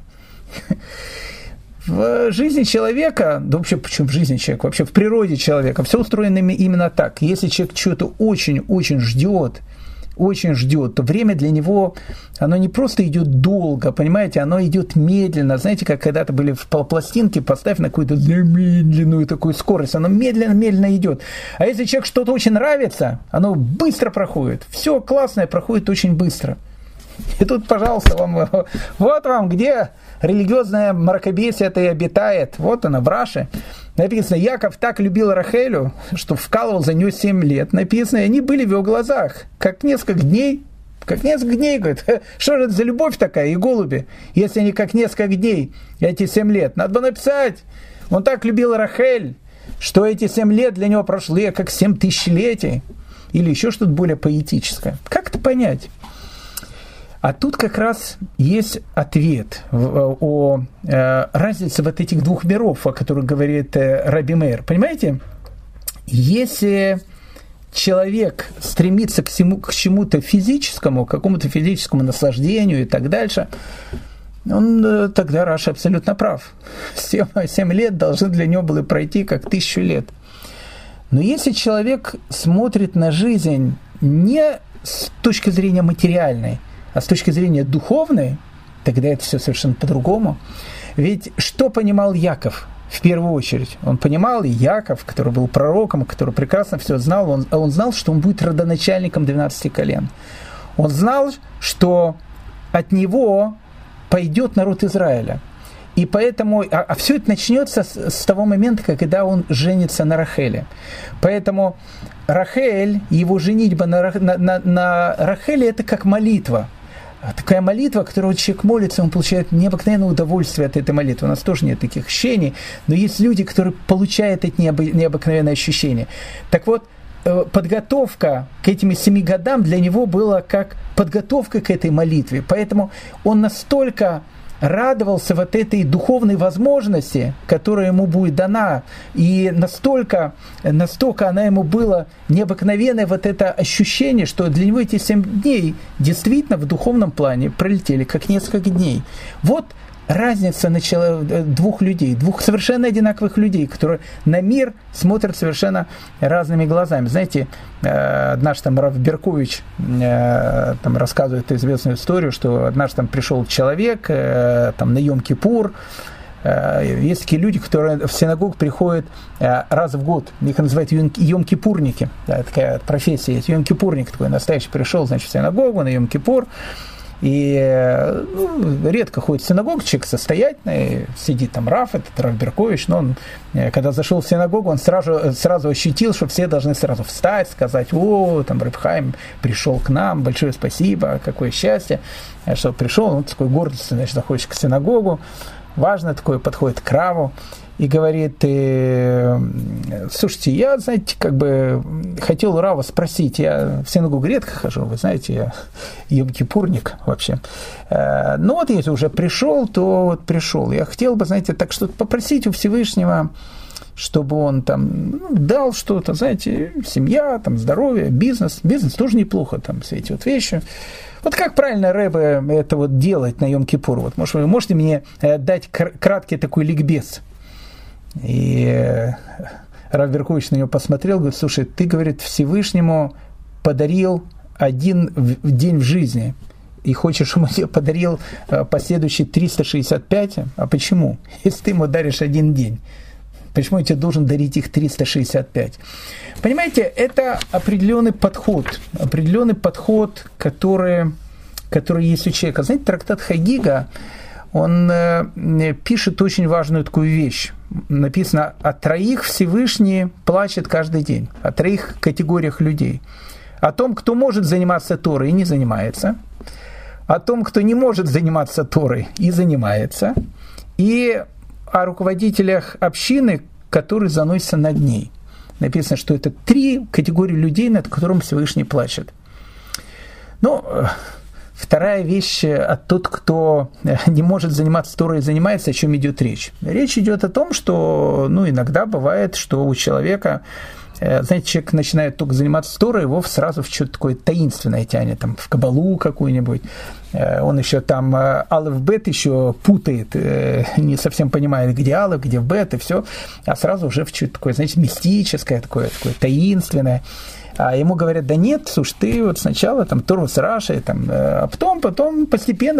В жизни человека, да вообще почему в жизни человека, вообще в природе человека, все устроено именно так. Если человек что-то очень-очень ждет, то время для него, оно не просто идет долго, понимаете, оно идет медленно. Знаете, как когда-то были в пластинке, поставь на какую-то медленную такую скорость, оно медленно-медленно идет. А если человеку что-то очень нравится, оно быстро проходит. Все классное проходит очень быстро. И тут, пожалуйста, вот вам, где религиозное мракобесие это и обитает. Вот она, в Раши. Написано, Яков так любил Рахелю, что вкалывал за нее 7 лет. Написано, и они были в его глазах, как несколько дней. Говорит, что же это за любовь такая, и голуби, если они как несколько дней, эти 7 лет. Надо бы написать, он так любил Рахель, что эти 7 лет для него прошли как 7 тысячелетий. Или еще что-то более поэтическое. Как это понять? А тут как раз есть ответ о разнице вот этих двух миров, о которых говорит Раби Меир. Понимаете, если человек стремится к чему-то физическому, к какому-то физическому наслаждению и так дальше, он тогда Раши абсолютно прав. 7 лет должны для него было пройти как 1000 лет. Но если человек смотрит на жизнь не с точки зрения материальной, а с точки зрения духовной, тогда это все совершенно по-другому. Ведь что понимал Яков в первую очередь? Он понимал, и Яков, который был пророком, который прекрасно все знал, он знал, что он будет родоначальником 12 колен. Он знал, что от него пойдет народ Израиля. И поэтому, все это начнется с того момента, когда он женится на Рахеле. Поэтому Рахель, его женитьба на Рахеле, это как молитва. Такая молитва, которую человек молится, он получает необыкновенное удовольствие от этой молитвы. У нас тоже нет таких ощущений, но есть люди, которые получают эти необыкновенные ощущения. Так вот, подготовка к этим 7 годам для него была как подготовка к этой молитве. Поэтому он настолько радовался вот этой духовной возможности, которая ему будет дана, и настолько она ему была необыкновенное вот это ощущение, что для него эти 7 дней действительно в духовном плане пролетели как несколько дней. Вот разница двух людей, двух совершенно одинаковых людей, которые на мир смотрят совершенно разными глазами. Знаете, однажды там Рав Беркович там рассказывает известную историю, что однажды там пришел человек там на Йом-Кипур. Есть такие люди, которые в синагогу приходят раз в год. Их называют Йом-Кипурники. Да, такая профессия есть. Йом-Кипурник такой настоящий пришел, значит, в синагогу на Йом-Кипур. И редко ходит в синагогу, человек состоятельный, сидит там Рав Беркович, но он, когда зашел в синагогу, он сразу ощутил, что все должны сразу встать, сказать, там Рав Хаим пришел к нам, большое спасибо, какое счастье, что пришел, он такой гордостью, значит, заходит к синагогу, важно такое, подходит к Раву и говорит, слушайте, я, знаете, как бы хотел у Рава спросить, я в синагогу редко хожу, вы знаете, я Йом-Кипурник вообще, но вот если уже пришел, то вот пришел, я хотел бы, знаете, так что-то попросить у Всевышнего, чтобы он там дал что-то, знаете, семья, там, здоровье, бизнес тоже неплохо, там, все эти вот вещи. Вот как правильно, Рэбе, это вот делать на Йом-Кипур? Вот, может, вы можете мне дать краткий такой ликбез? И Рав Беркович на него посмотрел, говорит, слушай, ты, говорит, Всевышнему подарил один день в жизни, и хочешь, чтобы он тебе подарил последующие 365? А почему? Если ты ему даришь один день, почему я тебе должен дарить их 365? Понимаете, это определенный подход, который есть у человека. Знаете, трактат Хагига, он пишет очень важную такую вещь. Написано: о троих Всевышний плачет каждый день, о троих категориях людей. О том, кто может заниматься Торой и не занимается, о том, кто не может заниматься Торой и занимается, и о руководителях общины, которые заносятся над ней. Написано, что это 3 категории людей, над которыми Всевышний плачет. Ну, вторая вещь, тот, кто не может заниматься Торой и занимается, о чем идет речь. Речь идет о том, что иногда бывает, что у человека, знаете, человек начинает только заниматься Торой, его сразу в что-то такое таинственное тянет, там, в кабалу какую-нибудь. Он еще там алеф бет еще путает, не совсем понимает, где алеф, где бет, и все, а сразу уже в что-то такое, знаете, мистическое, такое таинственное. А ему говорят: да нет, слушай, ты вот сначала там Тору с Рашей, там, а потом постепенно.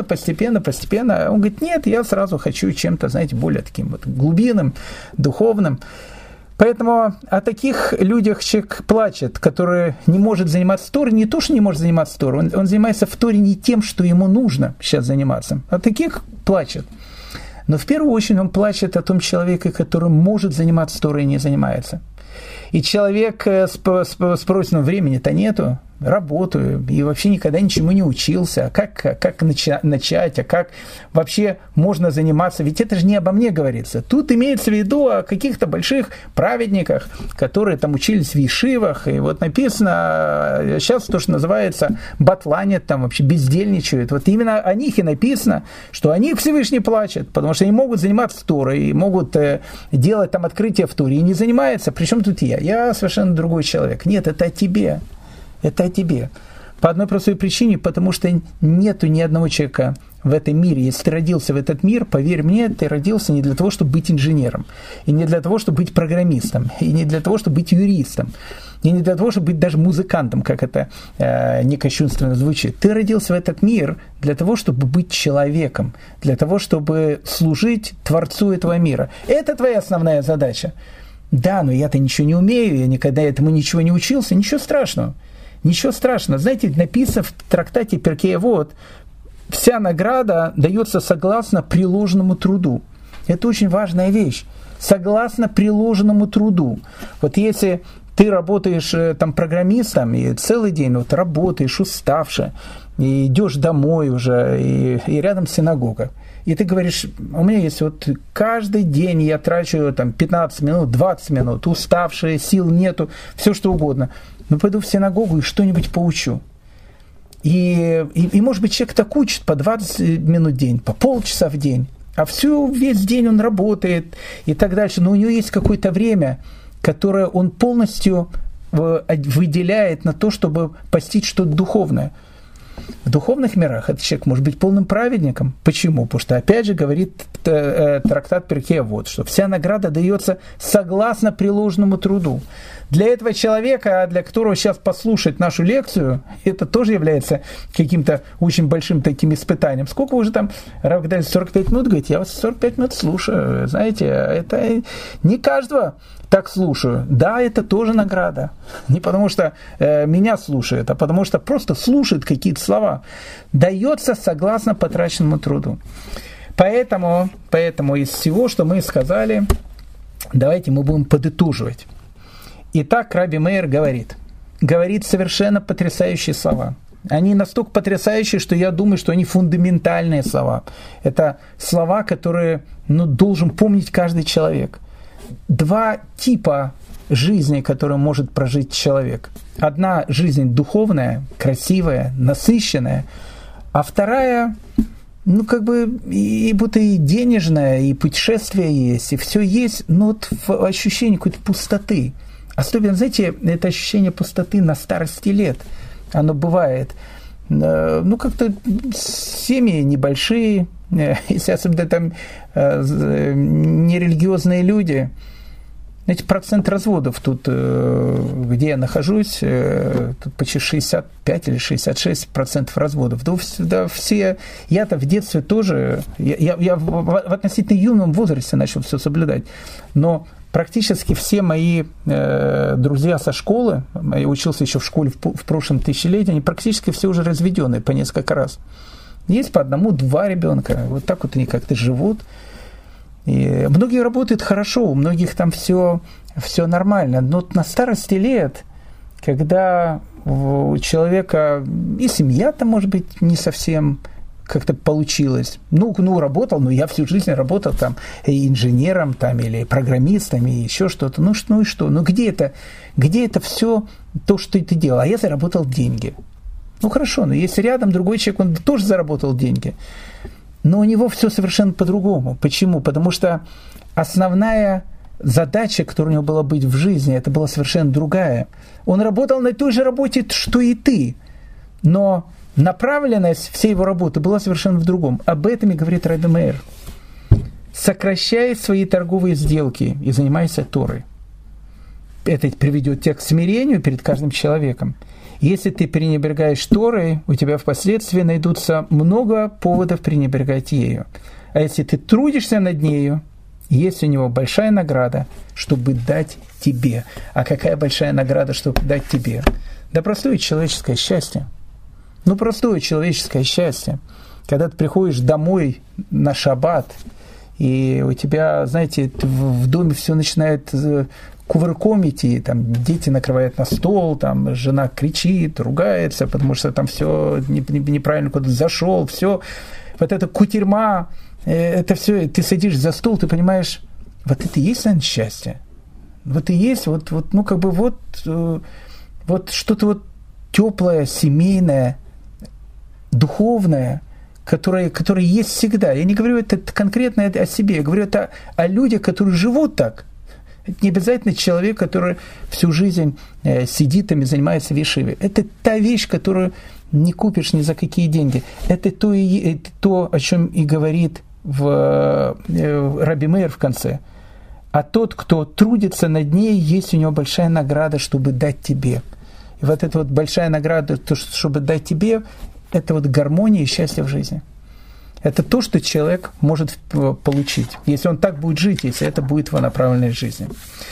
Он говорит: нет, я сразу хочу чем-то, знаете, более таким вот глубинным, духовным. Поэтому о таких людях человек плачет, который не может заниматься Торой, не то, что не может заниматься Торой, он занимается в Торе не тем, что ему нужно сейчас заниматься. О таких плачет. Но в первую очередь он плачет о том человеке, который может заниматься Торой и не занимается. И человек спросит: времени-то нету, работаю, и вообще никогда ничему не учился. А как начать, а как вообще можно заниматься? Ведь это же не обо мне говорится. Тут имеется в виду о каких-то больших праведниках, которые там учились в ешивах, и вот написано, сейчас то, что называется батланят, там вообще бездельничают. Вот именно о них и написано, что о них Всевышний плачет, потому что они могут заниматься Торой, и могут делать там открытие в Торе, и не занимаются. Причем тут я? Я совершенно другой человек. Нет, это о тебе. Это о тебе. По одной простой причине, потому что нету ни одного человека в этом мире. Если ты родился в этот мир, поверь мне, ты родился не для того, чтобы быть инженером, и не для того, чтобы быть программистом, и не для того, чтобы быть юристом, и не для того, чтобы быть даже музыкантом, как это не кощунственно звучит. Ты родился в этот мир для того, чтобы быть человеком, для того, чтобы служить Творцу этого мира. Это твоя основная задача. Да, но я-то ничего не умею, я никогда этому ничего не учился, ничего страшного. Ничего страшного. Знаете, написано в трактате Перкей Авот: вся награда дается согласно приложенному труду. Это очень важная вещь. Согласно приложенному труду. Вот если ты работаешь там программистом, и целый день вот работаешь уставше, и идешь домой уже, и рядом синагога, и ты говоришь: у меня есть вот каждый день я трачу там 15 минут, 20 минут, уставшие, сил нету, все что угодно. Ну, пойду в синагогу и что-нибудь поучу. И может быть, человек так учит по 20 минут в день, по полчаса в день, а весь день он работает и так дальше. Но у него есть какое-то время, которое он полностью выделяет на то, чтобы постичь что-то духовное. В духовных мирах этот человек может быть полным праведником. Почему? Потому что, опять же, говорит трактат Перкей Авот, что вся награда дается согласно приложенному труду. Для этого человека, для которого сейчас послушать нашу лекцию, это тоже является каким-то очень большим таким испытанием. Сколько вы уже там, Рав Гдаль, 45 минут, говорит, я вас 45 минут слушаю. Знаете, это не каждого так слушаю. Да, это тоже награда. Не потому что меня слушают, а потому что просто слушают какие-то слова. Дается согласно потраченному труду. Поэтому из всего, что мы сказали, давайте мы будем подытоживать. Итак, Раби Меир говорит совершенно потрясающие слова. Они настолько потрясающие, что я думаю, что они фундаментальные слова. Это слова, которые должен помнить каждый человек. Два типа жизни, которые может прожить человек. Одна жизнь духовная, красивая, насыщенная, а вторая, и будто и денежная, и путешествие есть, и все есть, но вот в ощущении какой-то пустоты. Особенно, знаете, это ощущение пустоты на старости лет. Оно бывает. Как-то семьи небольшие, если особенно там нерелигиозные люди. Знаете, процент разводов тут, где я нахожусь, тут почти 65 или 66% разводов. Да все, я-то в детстве тоже, я в относительно юном возрасте начал все соблюдать, но практически все мои друзья со школы, я учился еще в школе в прошлом тысячелетии, они практически все уже разведенные по несколько раз. Есть по одному-два ребенка. Вот так вот они как-то живут. И многие работают хорошо, у многих там все нормально. Но на старости лет, когда у человека и семья-то, может быть, не совсем как-то получилось. Ну, работал, но я всю жизнь работал там и инженером там, или программистом, и еще что-то. Ну и что? Ну где это все то, что ты делал? А я заработал деньги. Ну хорошо, но если рядом другой человек, он тоже заработал деньги. Но у него все совершенно по-другому. Почему? Потому что основная задача, которая у него была быть в жизни, это была совершенно другая. Он работал на той же работе, что и ты. Но направленность всей его работы была совершенно в другом. Об этом и говорит Раби Меир. Сокращай свои торговые сделки и занимайся Торой. Это приведет тебя к смирению перед каждым человеком. Если ты пренебрегаешь Торой, у тебя впоследствии найдутся много поводов пренебрегать ею. А если ты трудишься над нею, есть у него большая награда, чтобы дать тебе. А какая большая награда, чтобы дать тебе? Да простое человеческое счастье. Ну, простое человеческое счастье. Когда ты приходишь домой на шаббат, и у тебя, знаете, в доме все начинает кувырком идти, там дети накрывают на стол, там жена кричит, ругается, потому что там все неправильно куда-то зашел, все. Вот эта кутерьма, это все, ты садишься за стол, ты понимаешь, вот это и есть, наверное, счастье. Вот и есть, вот что-то вот теплое, семейное, духовное, которое есть всегда. Я не говорю это конкретно о себе, я говорю это о людях, которые живут так. Это не обязательно человек, который всю жизнь сидит там и занимается вишивой. Это та вещь, которую не купишь ни за какие деньги. Это то, о чем и говорит Раби Меир в конце. А тот, кто трудится над ней, есть у него большая награда, чтобы дать тебе. И вот эта вот большая награда, чтобы дать тебе, это вот гармония и счастье в жизни. Это то, что человек может получить, если он так будет жить, если это будет его направленная жизнь.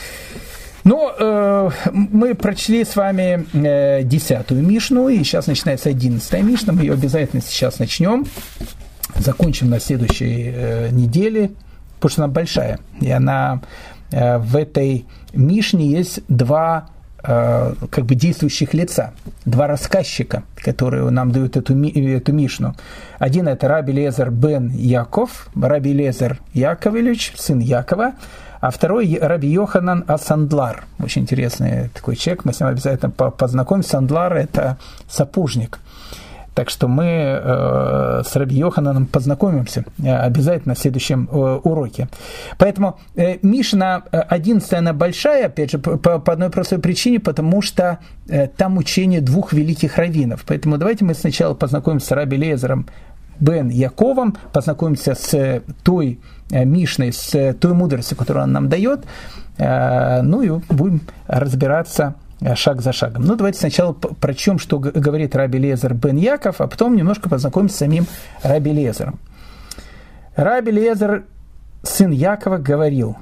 Но мы прочли с вами 10-ю Мишну, и сейчас начинается 11-я Мишна. Мы ее обязательно сейчас начнем. Закончим на следующей неделе, потому что она большая. И она в этой Мишне есть два как бы действующих лица, два рассказчика, которые нам дают эту Мишну. Один это Раби Элиэзер бен Яков, Раби Элиэзер Яковлевич, сын Якова, а второй Раби Йоханан а-Сандлар. Очень интересный такой человек, мы с ним обязательно познакомимся. Сандлар – это сапожник. Так что мы с Раби Йохананом познакомимся обязательно в следующем уроке. Поэтому Мишна 11, она большая, опять же, по одной простой причине, потому что там учение двух великих раввинов. Поэтому давайте мы сначала познакомимся с Раби Элиэзером бен Яковом, познакомимся с той Мишной, с той мудростью, которую он нам дает, ну и будем разбираться шаг за шагом. Ну, давайте сначала прочтем, что говорит Раби Элиэзер бен Яков, а потом немножко познакомимся с самим Раби Элиэзером. Раби Элиэзер, сын Якова, говорил: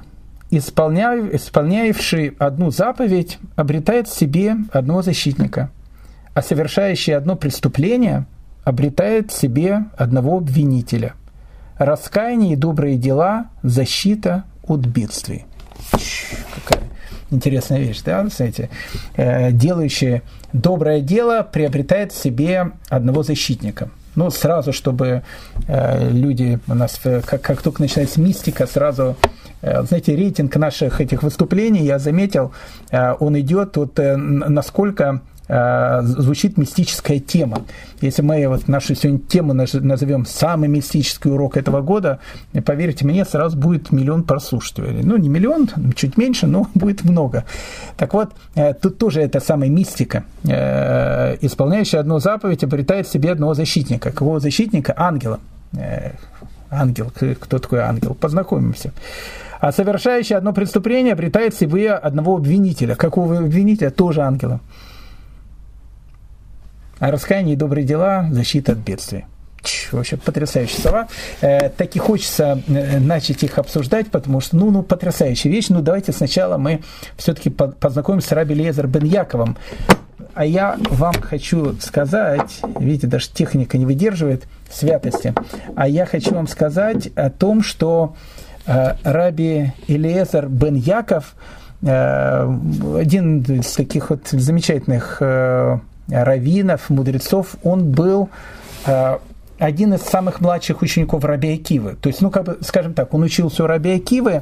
исполняющий одну заповедь обретает в себе одного защитника, а совершающий одно преступление обретает в себе одного обвинителя. Раскаяние и добрые дела – защита от бедствий. Какая интересная вещь, да, знаете, делающий доброе дело приобретает в себе одного защитника. Ну, сразу, чтобы люди у нас, как только начинается мистика, сразу, знаете, рейтинг наших этих выступлений, я заметил, он идет вот насколько звучит мистическая тема. Если мы вот нашу сегодня тему назовем «Самый мистический урок этого года», поверьте мне, сразу будет 1 миллион прослушивателей. Ну, не 1 миллион, чуть меньше, но будет много. Так вот, тут тоже это самая мистика. Исполняющий одну заповедь обретает в себе одного защитника. Какого защитника? Ангела. Ангел. Кто такой ангел? Познакомимся. А совершающий одно преступление обретает в себе одного обвинителя. Какого обвинителя? Тоже ангела. А раскаяние и добрые дела – защита от бедствий. Вообще потрясающие слова. Так и хочется начать их обсуждать, потому что, потрясающая вещь. Ну, давайте сначала мы все-таки познакомимся с Раби Элиэзер бен Яковом. А я вам хочу сказать, видите, даже техника не выдерживает святости, а я хочу вам сказать о том, что Раби Элиэзер бен Яков, один из таких вот замечательных раввинов, мудрецов, он был один из самых младших учеников Раби Акивы. То есть, скажем так, он учился у Раби Акивы,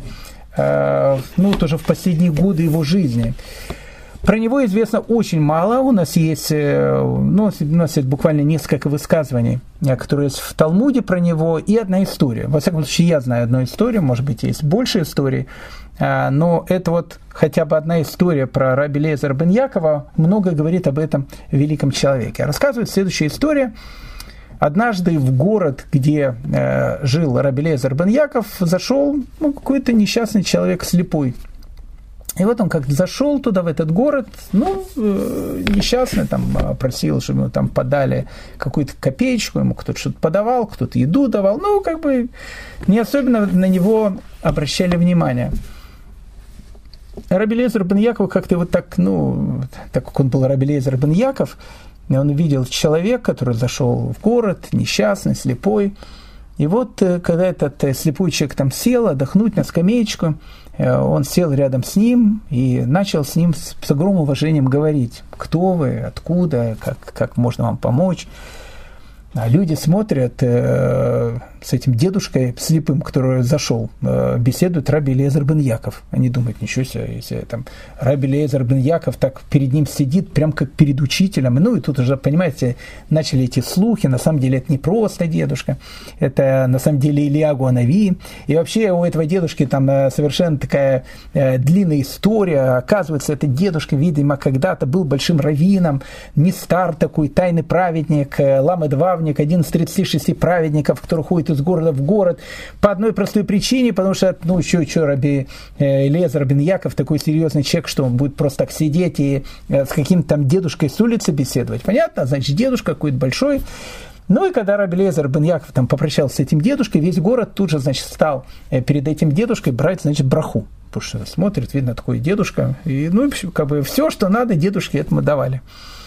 тоже в последние годы его жизни. Про него известно очень мало. У нас есть буквально несколько высказываний, которые есть в Талмуде про него, и одна история. Во всяком случае, я знаю одну историю, может быть, есть больше историй, но это вот хотя бы одна история про Раби Элиэзера бен Якова много говорит об этом великом человеке. Рассказывает следующая история. Однажды в город, где жил Раби Элиэзер бен Яков, зашел какой-то несчастный человек слепой. И вот он как-то зашел туда, в этот город, несчастный, просил, чтобы ему там подали какую-то копеечку, ему кто-то что-то подавал, кто-то еду давал, не особенно на него обращали внимание. Раби Элиэзер бен Яков как-то вот так как он был Раби Элиэзер бен Яков, он увидел человека, который зашел в город, несчастный, слепой. И вот, когда этот слепой человек там сел отдохнуть на скамеечку, он сел рядом с ним и начал с ним с огромным уважением говорить: кто вы, откуда, как можно вам помочь. А люди смотрят с этим дедушкой слепым, который зашел, беседует Раби Элиэзер бен Яков. Они думают: ничего себе, если там Раби Элиэзер бен Яков так перед ним сидит, прям как перед учителем. И тут уже, понимаете, начали эти слухи. На самом деле это не просто дедушка, это на самом деле Илиягу Анави. И вообще у этого дедушки там совершенно такая длинная история. Оказывается, этот дедушка, видимо, когда-то был большим раввином, Нестар такой, тайный праведник, Ламед-Вавник, один из 36 праведников, который ходит из города в город по одной простой причине, потому что, Раби Элиэзер бен Яков такой серьезный человек, что он будет просто так сидеть и с каким-то там дедушкой с улицы беседовать. Понятно? Значит, дедушка какой-то большой. И когда Раби Элиэзер бен Яков там попрощался с этим дедушкой, весь город тут же, стал перед этим дедушкой брать, браху. Потому что смотрит, видно, такой дедушка. И, все, что надо, дедушке этому давали.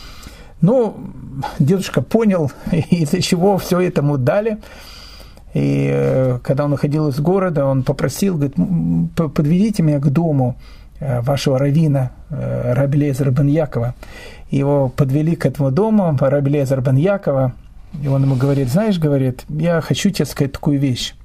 Дедушка понял, из-за чего все этому дали. И когда он уходил из города, он попросил, говорит: подведите меня к дому вашего раввина, Раби Элиэзера бен Якова. Его подвели к этому дому, Раби Элиэзера бен Якова, и он ему говорит: знаешь, говорит, я хочу тебе сказать такую вещь.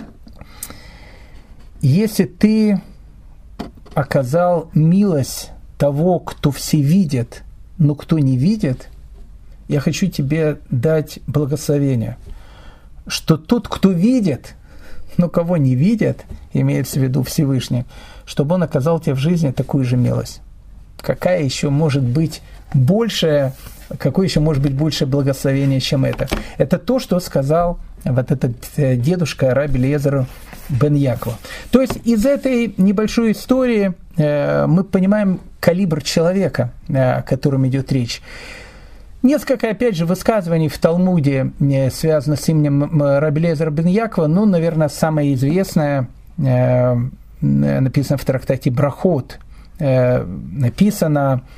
Если ты оказал милость того, кто все видит, но кто не видит, я хочу тебе дать благословение, что тот, кто видит, но кого не видит, имеется в виду Всевышний, чтобы он оказал тебе в жизни такую же милость. Какое еще может быть большее благословение, чем это? Это то, что сказал вот этот дедушка Раби Элиэзеру бен Якову. То есть из этой небольшой истории мы понимаем калибр человека, о котором идет речь. Несколько, опять же, высказываний в Талмуде связано с именем Раби Элиэзера бен Якова. Наверное, самое известное написано в трактате Брахот. Написано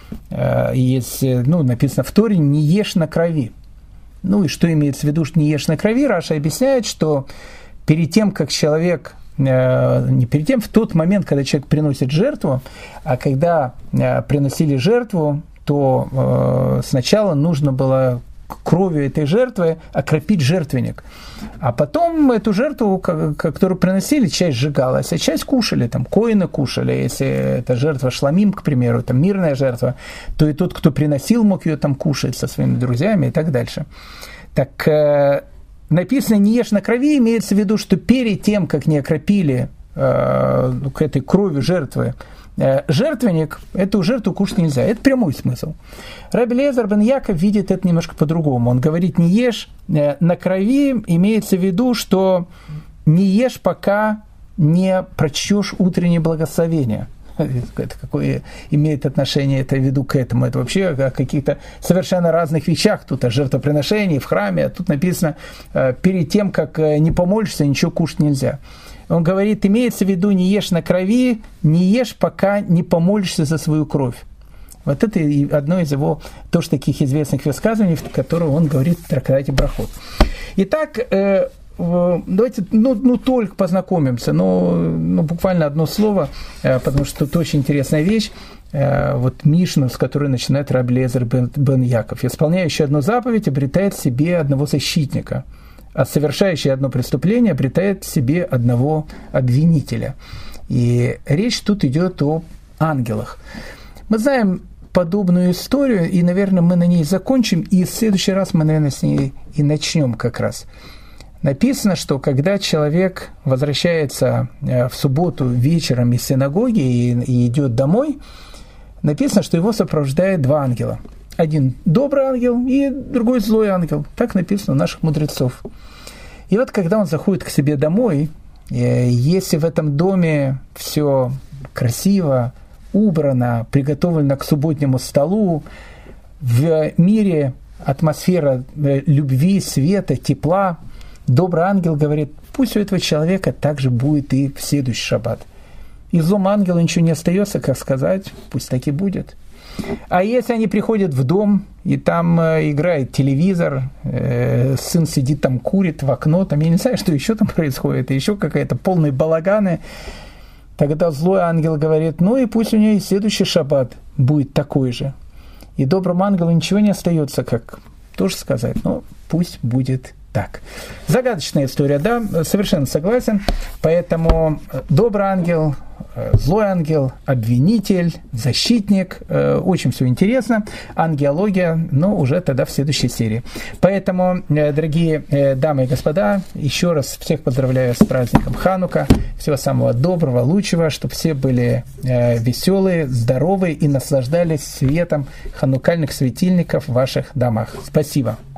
в Торе: «Не ешь на крови». И что имеется в виду, что не ешь на крови? Раша объясняет, что перед тем, как человек, в тот момент, когда человек приносит жертву, а когда приносили жертву, то сначала нужно было кровью этой жертвы окропить жертвенник. А потом эту жертву, которую приносили, часть сжигалась, а часть кушали, коины кушали. Если эта жертва шламим, к примеру, мирная жертва, то и тот, кто приносил, мог ее кушать со своими друзьями и так дальше. Так написано «не ешь на крови», имеется в виду, что перед тем, как не окропили к этой крови жертвы жертвенник, эту жертву кушать нельзя. Это прямой смысл. Раби Элиэзер бен Яков видит это немножко по-другому. Он говорит: не ешь на крови, имеется в виду, что не ешь, пока не прочтешь утреннее благословение. Это какое имеет отношение это в виду к этому? Это вообще о каких-то совершенно разных вещах. Тут о жертвоприношении в храме, а тут написано: перед тем, как не помолишься, ничего кушать нельзя. Он говорит, имеется в виду: не ешь на крови, не ешь, пока не помолишься за свою кровь. Вот это одно из его тоже таких известных высказываний, в котором он говорит в трактате Брахот. Итак, давайте только познакомимся, буквально одно слово, потому что тут очень интересная вещь. Вот Мишну, с которой начинает Рабби Элиэзер бен Яков. Исполняющий одну заповедь обретает себе одного защитника, а совершающий одно преступление обретает себе одного обвинителя. И речь тут идет о ангелах. Мы знаем подобную историю, и, наверное, мы на ней закончим, и в следующий раз мы, наверное, с ней и начнем как раз. Написано, что когда человек возвращается в субботу вечером из синагоги и идет домой, написано, что его сопровождает два ангела. Один добрый ангел и другой злой ангел. Так написано у наших мудрецов. И вот когда он заходит к себе домой, если в этом доме все красиво, убрано, приготовлено к субботнему столу, в мире атмосфера любви, света, тепла, добрый ангел говорит, пусть у этого человека так же будет и в следующий шаббат. И злому ангелу ничего не остается, как сказать, пусть так и будет. А если они приходят в дом, и там играет телевизор, сын сидит там, курит в окно, там, я не знаю, что еще там происходит, и еще какая-то полная балаганы, тогда злой ангел говорит, и пусть у нее и следующий шаббат будет такой же. И доброму ангелу ничего не остается, как тоже сказать, пусть будет так. Загадочная история, да, совершенно согласен. Поэтому добрый ангел, злой ангел, обвинитель, защитник, очень все интересно. Ангелология, но уже тогда в следующей серии. Поэтому, дорогие дамы и господа, еще раз всех поздравляю с праздником Ханука. Всего самого доброго, лучшего, чтобы все были веселые, здоровые и наслаждались светом ханукальных светильников в ваших домах. Спасибо.